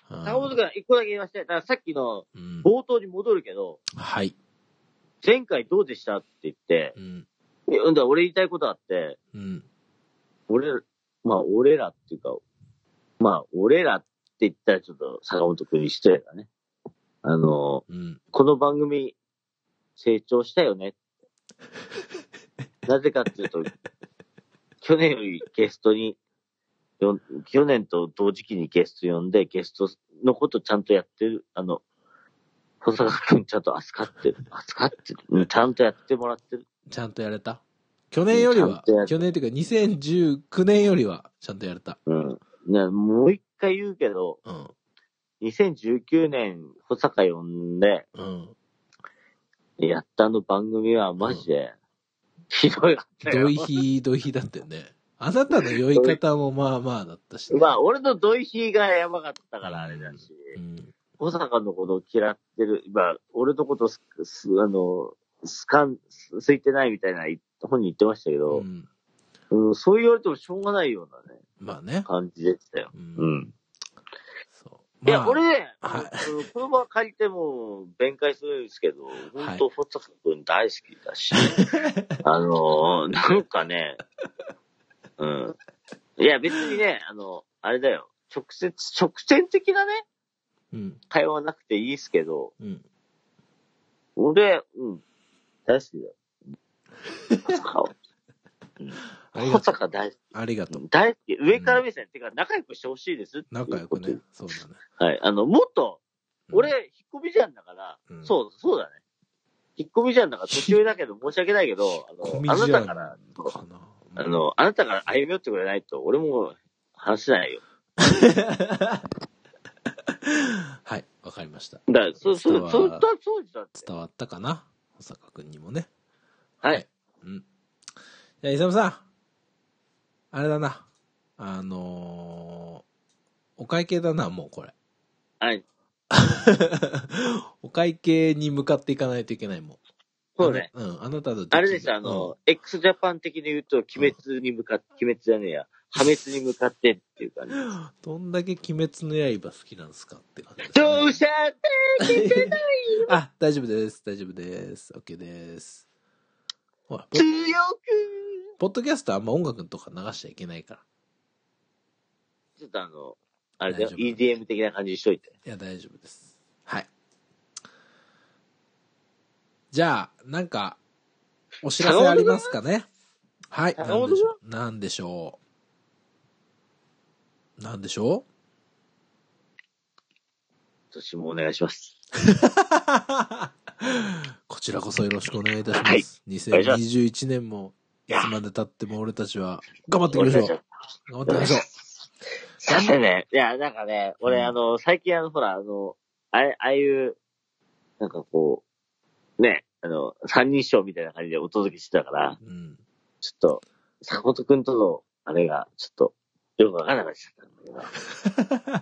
坂本くん、一個だけ言いまして。だからさっきの冒頭に戻るけど、 うん、はい。 前回どうでしたって言って、うん。だ俺言いたいことあって、うん。俺、まあ俺らっていうか、まあ俺らって言ったらちょっと坂本くんに失礼だね。あの、うん、この番組、成長したよね。なぜかっていうと、去年よりゲストに、去年と同時期にゲスト呼んで、ゲストのことちゃんとやってる、あの、小坂くんちゃんと扱ってる、扱ってる、ちゃんとやってもらってる。 ちゃんとやれた去年よりは、去年っていうかにせんじゅうきゅうねんよりはちゃんとやれた。 うん。ね、もう一回言うけど、うん、にせんじゅうきゅうねん、小坂呼んで、うんやったあの番組はマジで、ひどいかったよ。 ドイヒー、ドイヒーだったよね。あなたの酔い方もまあまあだったし、 ね。まあ、俺のドイヒーがやばかったからあれだし、うん、小坂のことを嫌ってる、まあ、俺のことす、す、あの、すかん、すいてないみたいな本人言ってましたけど、うんうん、そう言われてもしょうがないようなね。 まあね。 感じでしたよ。うん。うんまあ、 いや、俺ね、はい、この場借りても弁解するんですけど、本当、フォッツァ君大好きだし、あのー、なんかね、うん。いや、別にね、あの、あれだよ、直接、直線的なね、うん、会話はなくていいですけど、うん、 俺、うん。大好きだよ。保坂は。うん。保坂大好き。 ありがとう。 大好き。上から目線、うん、てか仲良くしてほしいですっていう。 仲良くね。そうだね。 はい。あの、もっと、俺、引っ込みじゃんだから、うん、そう、そうだね。引っ込みじゃんだから年上だけど申し訳ないけど、あの、あなたから、かな、うん、あの、あなたから歩み寄ってくれないと、俺も話せないよ。 はい、わかりました。 だから、そう、そう、そう、そう、 伝わったかな、保坂くんにもね。 はい。はい、 うん。じゃあ、イサムさん。あれだな。あのー、お会計だな、もうこれ。 はい。 お会計に向かっていかないといけないもん。 そうね。 うん、あなたと。 あれです、あの、うん、X ジャパン的に言うと、鬼滅に向かって、うん、鬼滅じゃねえや。破滅に向かってっていう感じです。 どんだけ鬼滅の刃好きなんですかって感じです、 ね。どうしたって聞いてないよ。 あ、大丈夫です。大丈夫です。OK です。ほら、 強く。 ポッドキャストあんま音楽とか流しちゃいけないから。 ちょっとあの、あれだよ、イーディーエム 的な感じにしといて。 いや、大丈夫です。はい。じゃあ、なんか、お知らせありますかね。はい。なんでしょう。なんでしょう。なんでしょう。 私もお願いします。 こちらこそよろしくお願いいたします。はい、にせんにじゅういちねんも、いつまで経っても俺たちは、頑張っていきましょう。頑張っていきましょう。 さてね、いや、なんかね、俺、うん、あの、最近あの、ほら、あの、あああいう、なんかこう、ね、あの、三人称みたいな感じでお届けしてたから、うん、ちょっと、坂本くんとの、あれが、ちょっと、よくわからなくなっちゃったんだけど。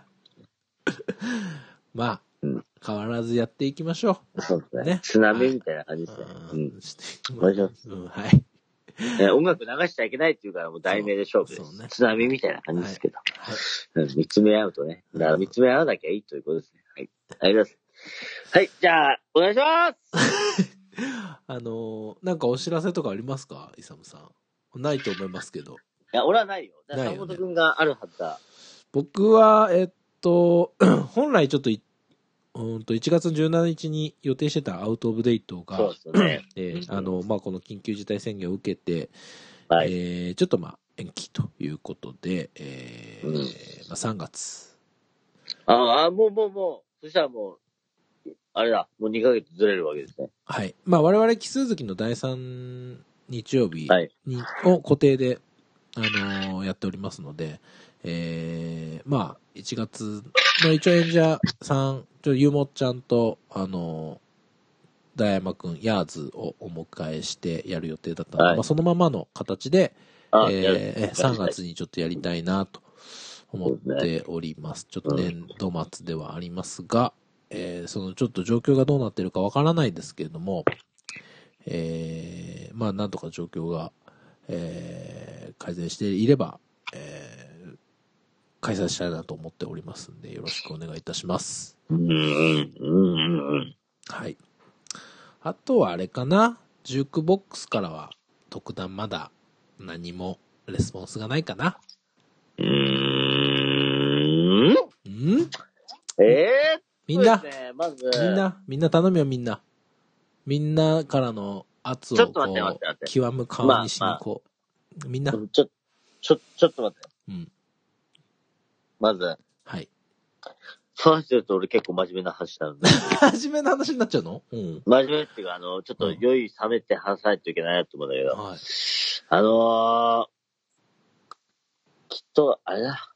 まあ、うん、変わらずやっていきましょう。 そうですね。ね、津波みたいな感じですね。うん。していきましょう。うん、はい。音楽流しちゃいけないっていうからもう題名で勝負です。そうね、津波みたいな感じですけど。はいはい、見つめ合うとね。だから見つめ合わなきゃいいということですね。はい。ありがとうございます。はい。じゃあ、お願いしますあのー、なんかお知らせとかありますか、イサムさん。ないと思いますけど。 いや、俺はないよ。坂本くんがあるはずだ。 僕は、えっと、本来ちょっとい、うんといちがつじゅうしちにちに予定してたアウトオブデートが、 そうですね。 えー、あの、まあ、この緊急事態宣言を受けて、はい、えー、ちょっとまあ、延期ということで、えー、うん、まあ、さんがつ。 ああ、もうもうもう、そしたらもう、あれだ、もうにかげつずれるわけですね。 はい。まあ、我々奇数月のだいさん日曜日に、はい、を固定で、あのー、やっておりますので、えー、まあ、いちがつの一応演者さん、ちょゆもちゃんと、あのー、大山くん、ヤーズをお迎えしてやる予定だったので、はい、まあ、そのままの形で、えー、さんがつにちょっとやりたいなと思っております。ちょっと年度末ではありますが、えー、そのちょっと状況がどうなってるかわからないですけれども、えー、まあなんとか状況が、えー、改善していれば、えー、開催したいなと思っておりますんで、よろしくお願いいたします。 うんうん、 はい。あとはあれかな、ジュークボックスからは特段まだ何もレスポンスがないかな。 うーん。んええー、 みんな、 ね、まずみんな、みんな頼むよ、みんな。みんなからの圧をこう、極む顔にしにこう、まあまあ。みんな。ちょ、 ちょ、ちょっと待って。うん。まず。 はい。 そうしてると俺結構真面目な話なんだ。 真面目な話になっちゃうの？うん。 真面目っていうか、あの、ちょっと酔い冷めて話さないといけないなと思うんだけど。はい。あのー、きっと、あれだ。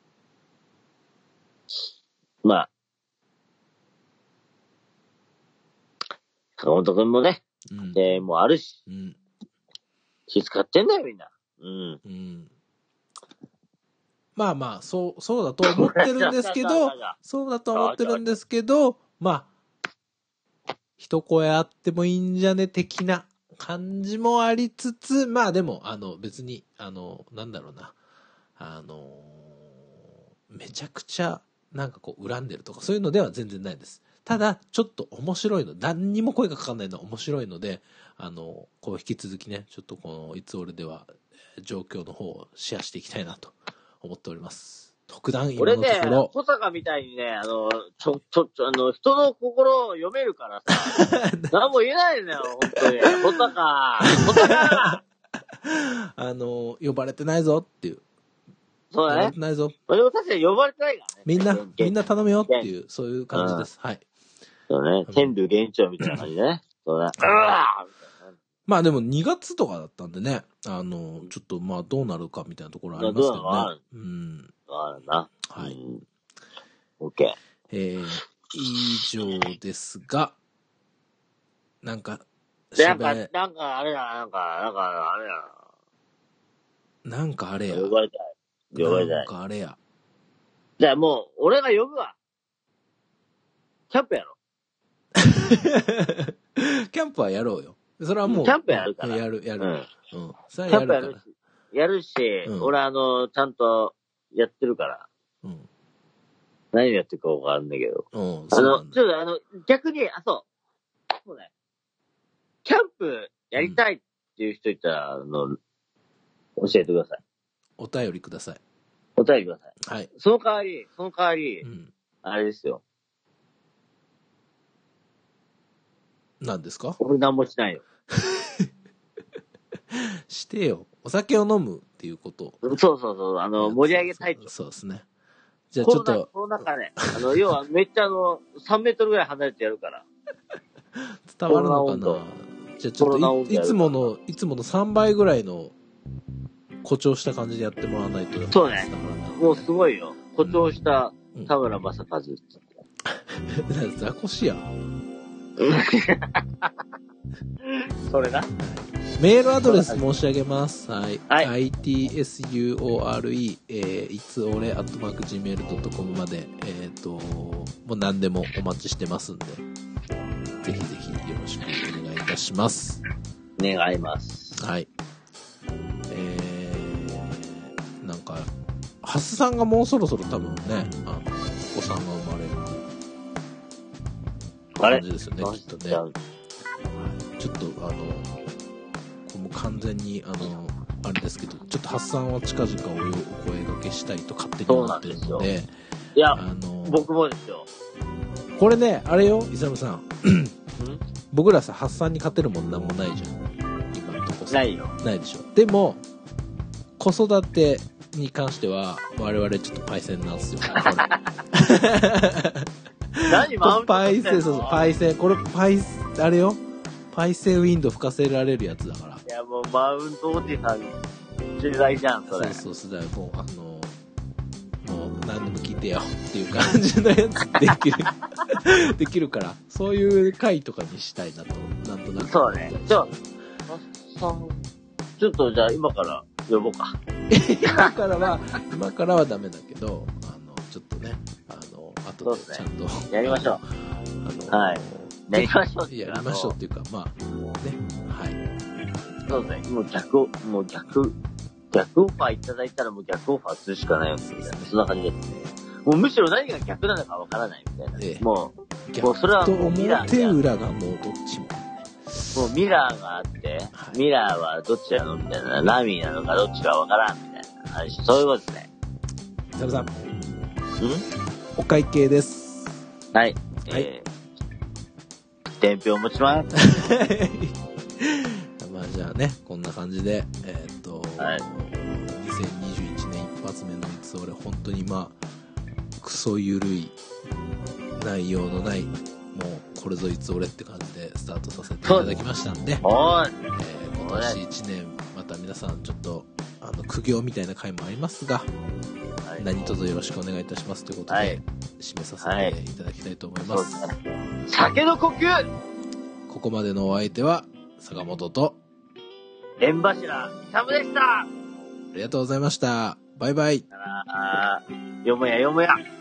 まあ。坂本くんもね。うん。で、もうあるし。うん。気遣ってんだよ、みんな。うん。うん。まあまあ、そう、そうだと思ってるんですけど、そうだと思ってるんですけど、まあ、一声あってもいいんじゃね的な感じもありつつ、まあでも、あの、別に、あの、なんだろうな、あの、めちゃくちゃ、なんかこう、恨んでるとか、そういうのでは全然ないです。ただ、ちょっと面白いの、何にも声がかかんないのは面白いので、あの、こう、引き続きね、ちょっとこの、いつ俺では、状況の方をシェアしていきたいなと思っております。 特段今俺ねのところ、 小坂みたいにね、あの、ちょ、ちょ、ちょ、あの、人の心を読めるからさ、何も言えないんだよ、本当に。小坂、小坂あの、呼ばれてないぞっていう。 そうだね呼ばれて。ないぞ。 俺も確かに呼ばれてないからね。 みんな、 けみんな頼むよっていう、そういう感じです。はい。 そうね。天竜幻長みたいな感じね。そうだ。うわまあでもにがつとかだったんでね、あの、ちょっとまあどうなるかみたいなところありますけどうなのあどねる。 うん。 あるな。 はい。 うんオッケえー、以上ですが、なんか、 ー。なんか、 喋れ、 なんかあれだ、なんか、なんかあれだ。 なんかあれや。 呼ばれたい。呼ばれたなんい。 かあれや。 じゃあもう、俺が呼ぶわ。キャンプやろ。 キャンプはやろうよ。それはもう。 キャンプやるから。 やる、やる。 うん。 うん。それキはやるから。 ャンプやるし、やるし、 うん俺あの、ちゃんとやってるから。 うん。 何やってるかわかんないけど。 うん、 あの、 そうなんだ。 ちょっとあの、逆に、あ、そう。そうね。キャンプやりたいっていう人いたら、あの、教えてください。 お便りください。 お便りください。 はい。 その代わり、その代わり、 うん。 あれですよ。 何ですか？ 俺何もしないよ。 してよ。お酒を飲むっていうこと。 そうそうそう、あの、盛り上げたいと。 そうですね。じゃあちょっと。 この中で、あの、要はめっちゃあの、さんメートルぐらい離れてやるから。 伝わるのかな？じゃあちょっとい、いつもの、いつものさんばいぐらいの誇張した感じでやってもらわないと。 そうね。もうすごいよ。誇張した田村正和。 ザコシや。 それな。 メールアドレス申し上げます。はい。 はい、 アイティーエスユーオーアールイー、えー、いつおれ、アットマーク、ジーメールドットコム まで、えっと、もう何でもお待ちしてますんで、ぜひぜひよろしくお願いいたします。 願います。 はい。えー、なんか、ハスさんがもうそろそろ多分ね、あの、お子さんが生まれる感じですよね、きっとね。ちょっと、あの、もう完全に、あの、あれですけど、ちょっとハッサンは近々お声掛けしたいと勝手に思ってるので、 いや、 あの、 僕もですよ。 これね、あれよ、イサムさん。僕らさ、ハッサンに勝てるもんなんもないじゃん。今のとこさ。 ないよ。 ないでしょ。でも、子育てに関しては、我々ちょっとパイセンなんですよ。 何マウントパイセン、そうそう、パイセン。これ、パイ、あれよ。パイセンウィンド吹かせられるやつだから。 いや、もうマウントおじさん、取材じゃん、それ。 そうそう、そうだよ。もう、あの、もう、何でも聞いてよっていう感じのやつできる。できるから、そういう回とかにしたいなと、なんとなく。 そうね。じゃあ、さん、ちょっとじゃあ今から呼ぼうか。 今からは、今からはダメだけど、あの、ちょっとね、あの、後でちゃんと。 ね、やりましょう。 あの、 はい。やりましょうってやりましょうっていうか、まあ、ね、はい。 そうですね。もう逆を、もう逆、逆オファーいただいたらもう逆オファーするしかないわけですね。そんな感じですね。もうむしろ何が逆なのかわからないみたいな。ええ、もう、もうそれはもうミラー。 表裏がもうどっちも。 もうミラーがあって、はい、ミラーはどっちなのみたいな。ラミーなのかどっちかわからんみたいな話。そういうことですね。 サムさん。んお会計です。 はい。はい、えー伝票持ちます。 まあじゃあね、こんな感じで、えー、っと、 はい、 にせんにじゅういちねん一発目のいつ俺、本当にまあ、クソゆるい、内容のない、もう、これぞいつ俺って感じでスタートさせていただきましたんで、 おーい、 えー、今年いちねん、また皆さんちょっと、あの、苦行みたいな回もありますが、はい、何卒よろしくお願いいたしますということで、はい、締めさせていただきたいと思います。 はい、酒の呼吸。 ここまでのお相手は坂本と縁柱イサムでした。ありがとうございました。バイバイ。 あ、よもやよもや。